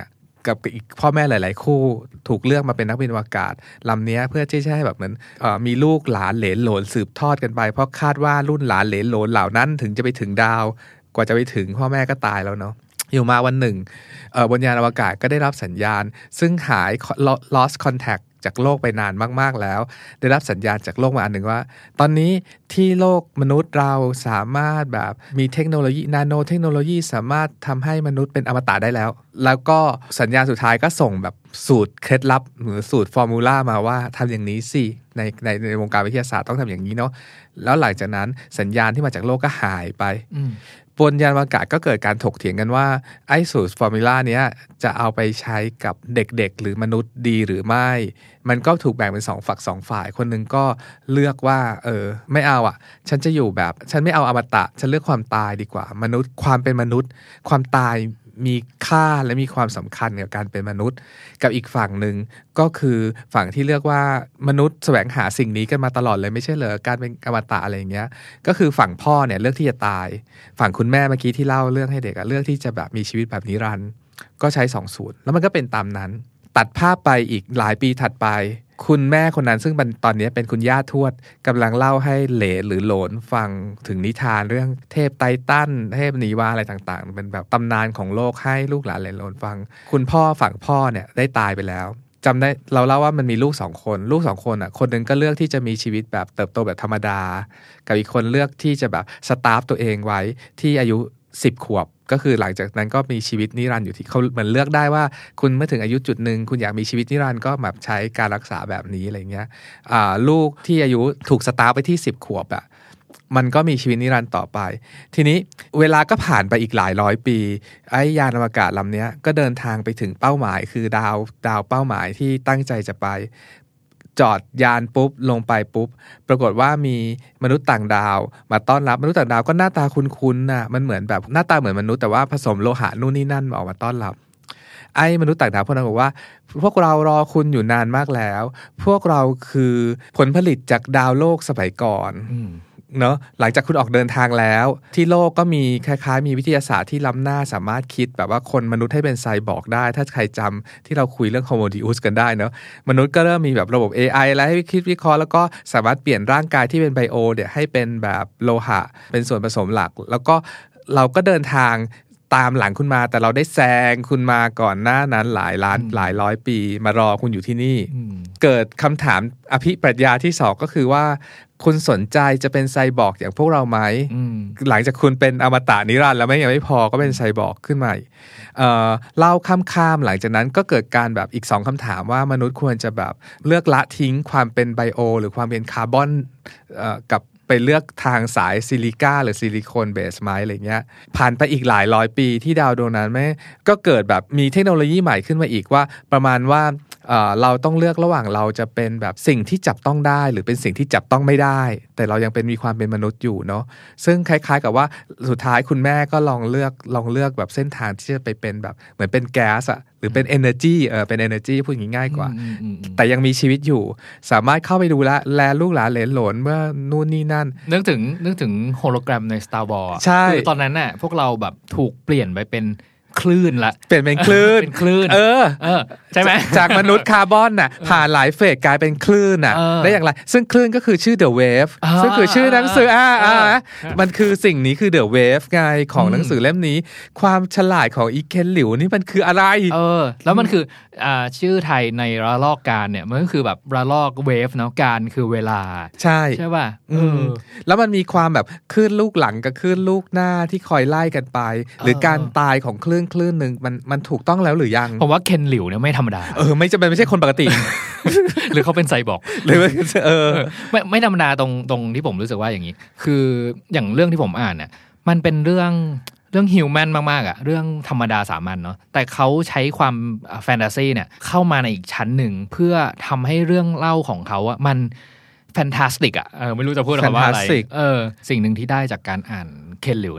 กับอีกพ่อแม่หลายๆคู่ถูกเลือกมาเป็นนักบินอวกาศลำนี้เพื่อที่จะให้แบบเหมือนเอ่อมีลูกหลานเหลนโหลนสืบทอดกันไปเพราะคาดว่ารุ่นหลานเหลนโหลนเหล่านั้นถึงจะไปถึงดาวกว่าจะไปถึงพ่อแม่ก็ตายแล้วเนาะอยู่มาวันหนึ่งเอ่อบนยานอวกาศก็ได้รับสัญญาณซึ่งหาย lost contact จากโลกไปนานมากๆแล้วได้รับสัญญาณจากโลกมาอันหนึ่งว่าตอนนี้ที่โลกมนุษย์เราสามารถแบบมีเทคโนโลยีนาโนเทคโนโลยีสามารถทำให้มนุษย์เป็นอมตะได้แล้วแล้วก็สัญญาณสุดท้ายก็ส่งแบบสูตรเคล็ดลับหรือสูตรฟอร์มูลามาว่าทำอย่างนี้สิในในในวงการวิทยาศาสตร์ต้องทำอย่างนี้เนาะแล้วหลังจากนั้นสัญญาณที่มาจากโลกก็หายไปบนยานอวกาศก็เกิดการถกเถียงกันว่าไอ้สูตรฟอร์มูลาเนี้ยจะเอาไปใช้กับเด็กๆหรือมนุษย์ดีหรือไม่มันก็ถูกแบ่งเป็นสองฝักสองฝ่ายคนนึงก็เลือกว่าเออไม่เอาอ่ะฉันจะอยู่แบบฉันไม่เอาอมตะฉันเลือกความตายดีกว่ามนุษย์ความเป็นมนุษย์ความตายมีค่าและมีความสำคัญกับการเป็นมนุษย์กับอีกฝั่งหนึ่งก็คือฝั่งที่เลือกว่ามนุษย์แสวงหาสิ่งนี้กันมาตลอดเลยไม่ใช่เหรอการเป็นอมตะอะไรอย่างเงี้ยก็คือฝั่งพ่อเนี่ยเลือกที่จะตายฝั่งคุณแม่เมื่อกี้ที่เล่าเรื่องให้เด็กอะเลือกที่จะแบบมีชีวิตแบบนิรันดร์ก็ใช้สองสูตรแล้วมันก็เป็นตามนั้นตัดภาพไปอีกหลายปีถัดไปคุณแม่คนนั้นซึ่งตอนนี้เป็นคุณย่าทวดกำลังเล่าให้เหลนหรือโหลนฟังถึงนิทานเรื่องเทพไททันเทพนีวาอะไรต่างๆเป็นแบบตำนานของโลกให้ลูกหลานเหลนโหลนฟังคุณพ่อฝั่งพ่อเนี่ยได้ตายไปแล้วจำได้เราเล่าว่ามันมีลูกสองคนลูกสองคนอ่ะคนนึงก็เลือกที่จะมีชีวิตแบบเติบโตแบบธรรมดากับอีกคนเลือกที่จะแบบสตาร์ฟตัวเองไว้ที่อายุสิบขวบก็คือหลังจากนั้นก็มีชีวิตนิรันดร์อยู่ที่เขาเหมือนเลือกได้ว่าคุณเมื่อถึงอายุจุดหนึ่งคุณอยากมีชีวิตนิรันดร์ก็แบบใช้การรักษาแบบนี้อะไรเงี้ยอ่าลูกที่อายุถูกสตาร์ฟไปที่สิบขวบอ่ะมันก็มีชีวิตนิรันดร์ต่อไปทีนี้เวลาก็ผ่านไปอีกหลายร้อยปีไอ้ยานอวกาศลำนี้ก็เดินทางไปถึงเป้าหมายคือดาวดาวเป้าหมายที่ตั้งใจจะไปจอดยานปุ๊บลงไปปุ๊บปรากฏว่ามีมนุษย์ต่างดาวมาต้อนรับมนุษย์ต่างดาวก็หน้าตาคุ้นๆน่ะมันเหมือนแบบหน้าตาเหมือนมนุษย์แต่ว่าผสมโลหะนู่นนี่นั่นออกมาต้อนรับไอ้มนุษย์ต่างดาวพวกนั้นบอกว่าพวกเรารอคุณอยู่นานมากแล้วพวกเราคือผลผลิตจากดาวโลกสมัยก่อนเนาะหลังจากคุณออกเดินทางแล้วที่โลกก็มีคล้ายๆมีวิทยาศาสตร์ที่ล้ำหน้าสามารถคิดแบบว่าคนมนุษย์ให้เป็นไซบอร์กได้ถ้าใครจำที่เราคุยเรื่องโฮโมดิอุสกันได้เนาะมนุษย์ก็เริ่มมีแบบระบบ เอ ไอ แล้วให้คิดวิเคราะห์แล้วก็สามารถเปลี่ยนร่างกายที่เป็นไบโอเนี่ยให้เป็นแบบโลหะเป็นส่วนผสมหลักแล้วก็เราก็เดินทางตามหลังคุณมาแต่เราได้แซงคุณมาก่อนหน้านั้นหลายล้านหลายร้อยปีมารอคุณอยู่ที่นี่เกิดคำถามอภิปรัชญาที่สองก็คือว่าคุณสนใจจะเป็นไซบอร์กอย่างพวกเราไหมหลังจากคุณเป็นอมตะนิรันดร์แล้วไม่ยังไม่พอก็เป็นไซบอร์กขึ้นมาเอ่อเล่าข้ามๆหลังจากนั้นก็เกิดการแบบอีกสองคำถามว่ามนุษย์ควรจะแบบเลือกละทิ้งความเป็นไบโอหรือความเป็นคาร์บอนเอ่อกับไปเลือกทางสายซิลิก้าหรือซิลิโคนเบสไม้อะไรเงี้ยผ่านไปอีกหลายร้อยปีที่ดาวดวงนั้นแม่ก็เกิดแบบมีเทคโนโลยีใหม่ขึ้นมาอีกว่าประมาณว่าเอ่อเราต้องเลือกระหว่างเราจะเป็นแบบสิ่งที่จับต้องได้หรือเป็นสิ่งที่จับต้องไม่ได้แต่เรายังเป็นมีความเป็นมนุษย์อยู่เนาะซึ่งคล้ายๆกับว่าสุดท้ายคุณแม่ก็ลองเลือกลองเลือกแบบเส้นทางที่จะไปเป็นแบบเหมือนเป็นแก๊สอะหรือเป็น energy เออเป็น energy พูดอย่างง่ายกว่าแต่ยังมีชีวิตอยู่สามารถเข้าไปดูแลแลลูกหลานเหลนโหลนเมื่อนู่นนี่นั่นนึกถึงนึกถึงโฮโลแกรมใน Star Wars ใช่คือตอนนั้นน่ะพวกเราแบบถูกเปลี่ยนไปเป็นคลื่นละเปลี่ยนเป็นคลื่นเป็นคลื่นเออเออใช่ไหมจากมนุษย์คาร์บอนน่ะผ่านหลายเฟสกลายเป็นคลื่นน่ะได้อย่างไรซึ่งคลื่นก็คือชื่อ The Wave ซึ่งคือชื่อหนังสืออ่าอ่ามันคือสิ่งนี้คือ The Wave ไงของหนังสือเล่มนี้ความฉลาดของอีเคนหลิวนี่มันคืออะไรเออแล้วมันคืออ่าชื่อไทยในระลอกการเนี่ยมันก็คือแบบระลอกเวฟเนาะการคือเวลาใช่ใช่ป่ะอืมแล้วมันมีความแบบคลื่นลูกหลังกับคลื่นลูกหน้าที่คอยไล่กันไปหรือการตายของคลื่นคลื่นนึงมันมันถูกต้องแล้วหรือยังผมว่าเคนหลิวเนี่ยไม่ธรรมดาเออไม่จำเป็นไม่ใช่คนปกติหรือเขาเป็นไซบอร์กหรือเออไม่ไม่ธรรมดาตรงตรงที่ผมรู้สึกว่าอย่างนี้คืออย่างเรื่องที่ผมอ่านเนี่ยมันเป็นเรื่องเรื่องฮิวแมนมากๆอ่ะเรื่องธรรมดาสามัญเนาะแต่เขาใช้ความแฟนตาซีเนี่ยเข้ามาในอีกชั้นหนึ่งเพื่อทำให้เรื่องเล่าของเขาอะมันแฟนตาสติกอ่ะเออไม่รู้จะพูดคำว่าอะไรเออสิ่งหนึ่งที่ได้จากการอ่านเคนหลิวเนี่ย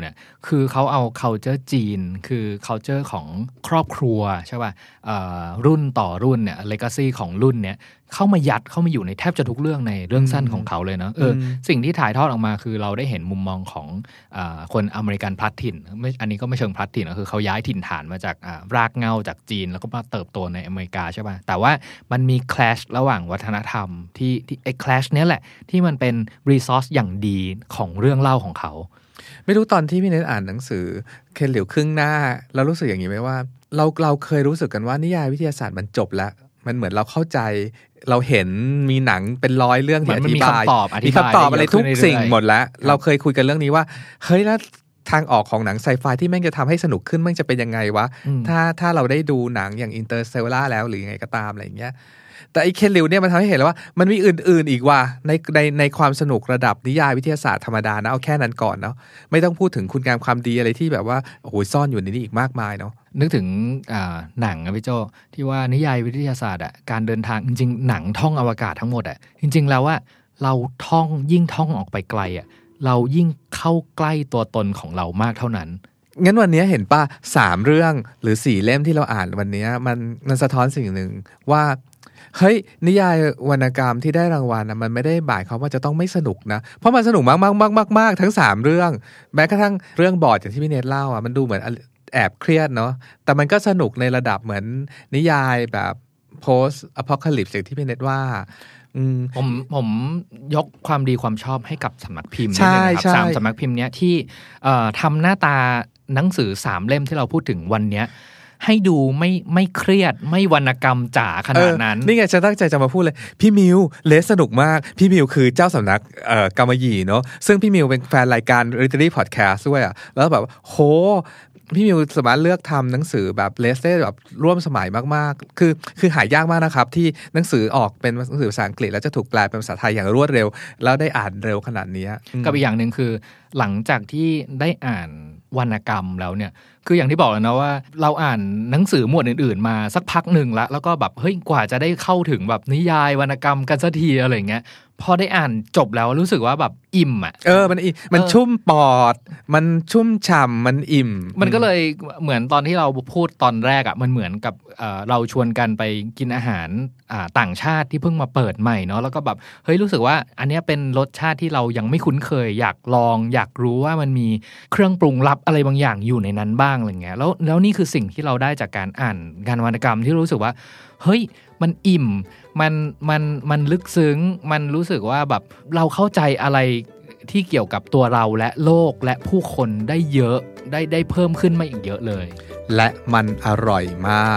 คือเขาเอา culture จีนคือ culture ของครอบครัวใช่ป่ะรุ่นต่อรุ่นเนี่ย legacy ของรุ่นเนี่ยเข้ามายัดเข้ามาอยู่ในแทบจะทุกเรื่องในเรื่องสั้นของเขาเลยเนาะเออสิ่งที่ถ่ายทอดออกมาคือเราได้เห็นมุมมองของอ่าคนอเมริกันพลัดถิ่นไม่อันนี้ก็ไม่เชิงพลัดถิ่นก็คือเขาย้ายถิ่นฐานมาจากอ่ารากเหง้าจากจีนแล้วก็มาเติบโตในอเมริกาใช่ป่ะแต่ว่ามันมี clash ระหว่างวัฒนธรรมที่ที่ไอ้ clash เนี้ยแหละที่มันเป็น resource อย่างดีของเรื่องเล่าของเขาไม่รู้ตอนที่พี่เนทอ่านหนังสือเคนหลิวครึ่งหน้าแล้วรู้สึกอย่างนี้ไหมว่าเราเราเคยรู้สึกกันว่านิยายวิทยาศาสตร์มันจบแล้วมันเหมือนเราเข้าใจเราเห็นมีหนังเป็นร้อยเรื่องที่อธิบายมีคำตอบอะไรทุกสิ่งหมดแล้วเราเคยคุยกันเรื่องนี้ว่าเฮ้ยแล้วทางออกของหนังไซไฟที่แม่งจะทำให้สนุกขึ้นแม่งจะเป็นยังไงวะถ้าถ้าเราได้ดูหนังอย่างอินเตอร์สเตลล่าแล้วหรือยังไงก็ตามอะไรอย่างเงี้ยแต่ไอ้เคนริวเนี่ยมันทำให้เห็นแล้วว่ามันมีอื่นๆอีกว่าในในในความสนุกระดับนิยายวิทยาศาสตร์ธรรมดานะเอาแค่นั้นก่อนเนาะไม่ต้องพูดถึงคุณงามความดีอะไรที่แบบว่าโอ้โหซ่อนอยู่ในนี้อีกมากมายเนาะนึกถึงหนังอะพี่โจที่ว่านิยายวิทยาศาสตร์อะการเดินทางจริงๆหนังท่องอวกาศทั้งหมดอะจริงๆแล้วว่าเราท่องยิ่งท่องออกไปไกลอะเรายิ่งเข้าใกล้ตัวตนของเรามากเท่านั้นงั้นวันนี้เห็นป่ะสามเรื่องหรือสี่เล่มที่เราอ่านวันนี้มันมันสะท้อนสิ่งหนึ่งว่าเฮ้ยนิยายวรรณกรรมที่ได้รางวัลนะมันไม่ได้หมายความว่าจะต้องไม่สนุกนะเพราะมันสนุกมากมากมากมากมากทั้งสามเรื่องแม้กระทั่งเรื่องบอร์ดอย่างที่พี่เนทเล่าอ่ะมันดูเหมือนแอบเครียดเนาะแต่มันก็สนุกในระดับเหมือนนิยายแบบ post apocalypse อย่างที่พี่เนทว่าผมผมยกความดีความชอบให้กับสำนักพิมพ์นี่นะครับสามสำนักพิมพ์เนี้ยที่ทำหน้าตาหนังสือสามเล่มที่เราพูดถึงวันเนี้ยให้ดูไม่ไม่เครียดไม่วรรณกรรมจ๋าขนาดนั้นนี่ไงฉันตั้งใจจะมาพูดเลยพี่มิวเลสสนุกมากพี่มิวคือเจ้าสำนักเอ่อกำมะหยี่เนาะซึ่งพี่มิวเป็นแฟนรายการ Literary Podcast ด้วยอ่ะแล้วแบบโหพี่มิวสามารถเลือกทำหนังสือแบบเลสได้แบบร่วมสมัยมากๆคือคือหายากมากนะครับที่หนังสือออกเป็นหนังสือภาษาอังกฤษแล้วจะถูกแปลเป็นภาษาไทยอย่างรวดเร็วแล้วได้อ่านเร็วขนาดนี้กับอีกอย่างนึงคือหลังจากที่ได้อ่านวรรณกรรมแล้วเนี่ยคืออย่างที่บอกแล้วนะว่าเราอ่านหนังสือหมวดอื่นๆมาสักพักหนึ่งแล้วแล้วก็แบบเฮ้ยกว่าจะได้เข้าถึงแบบนิยายวรรณกรรมกันสักทีอะไรเงี้ยพอได้อ่านจบแล้วรู้สึกว่าแบบอิ่มอ่ะเออมันมันชุ่มปอดมันชุ่มฉ่ำมันอิ่มมันก็เลยเหมือนตอนที่เราพูดตอนแรกอ่ะมันเหมือนกับเอ่อเราชวนกันไปกินอาหารอ่าต่างชาติที่เพิ่งมาเปิดใหม่เนาะแล้วก็แบบเฮ้ยรู้สึกว่าอันนี้เป็นรสชาติที่เรายังไม่คุ้นเคยอยากลองอยากรู้ว่ามันมีเครื่องปรุงลับอะไรบางอย่างอยู่ในนั้นบ้างอะไรเงี้ยแล้วแล้วนี่คือสิ่งที่เราได้จากการอ่านงานวรรณกรรมที่รู้สึกว่าเฮ้ยมันอิ่มมันมันมันลึกซึ้งมันรู้สึกว่าแบบเราเข้าใจอะไรที่เกี่ยวกับตัวเราและโลกและผู้คนได้เยอะได้ได้เพิ่มขึ้นมาอีกเยอะเลยและมันอร่อยมาก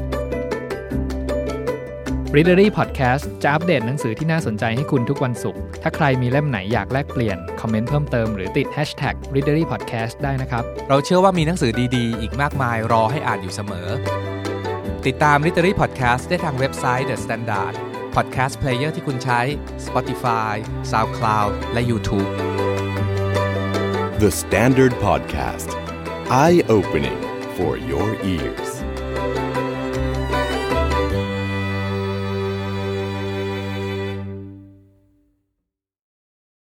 Readery Podcast จะอัปเดตหนังสือที่น่าสนใจให้คุณทุกวันศุกร์ถ้าใครมีเล่มไหนอยากแลกเปลี่ยนคอมเมนต์เพิ่มเติมหรือติด แฮชแท็ก Readery Podcast ได้นะครับเราเชื่อว่ามีหนังสือดีๆอีกมากมายรอให้อ่านอยู่เสมอติดตาม Literary Podcast ได้ทางเว็บไซต์ The Standard Podcast Player ที่คุณใช้ Spotify, SoundCloud และ YouTube The Standard Podcast Eye Opening for your ears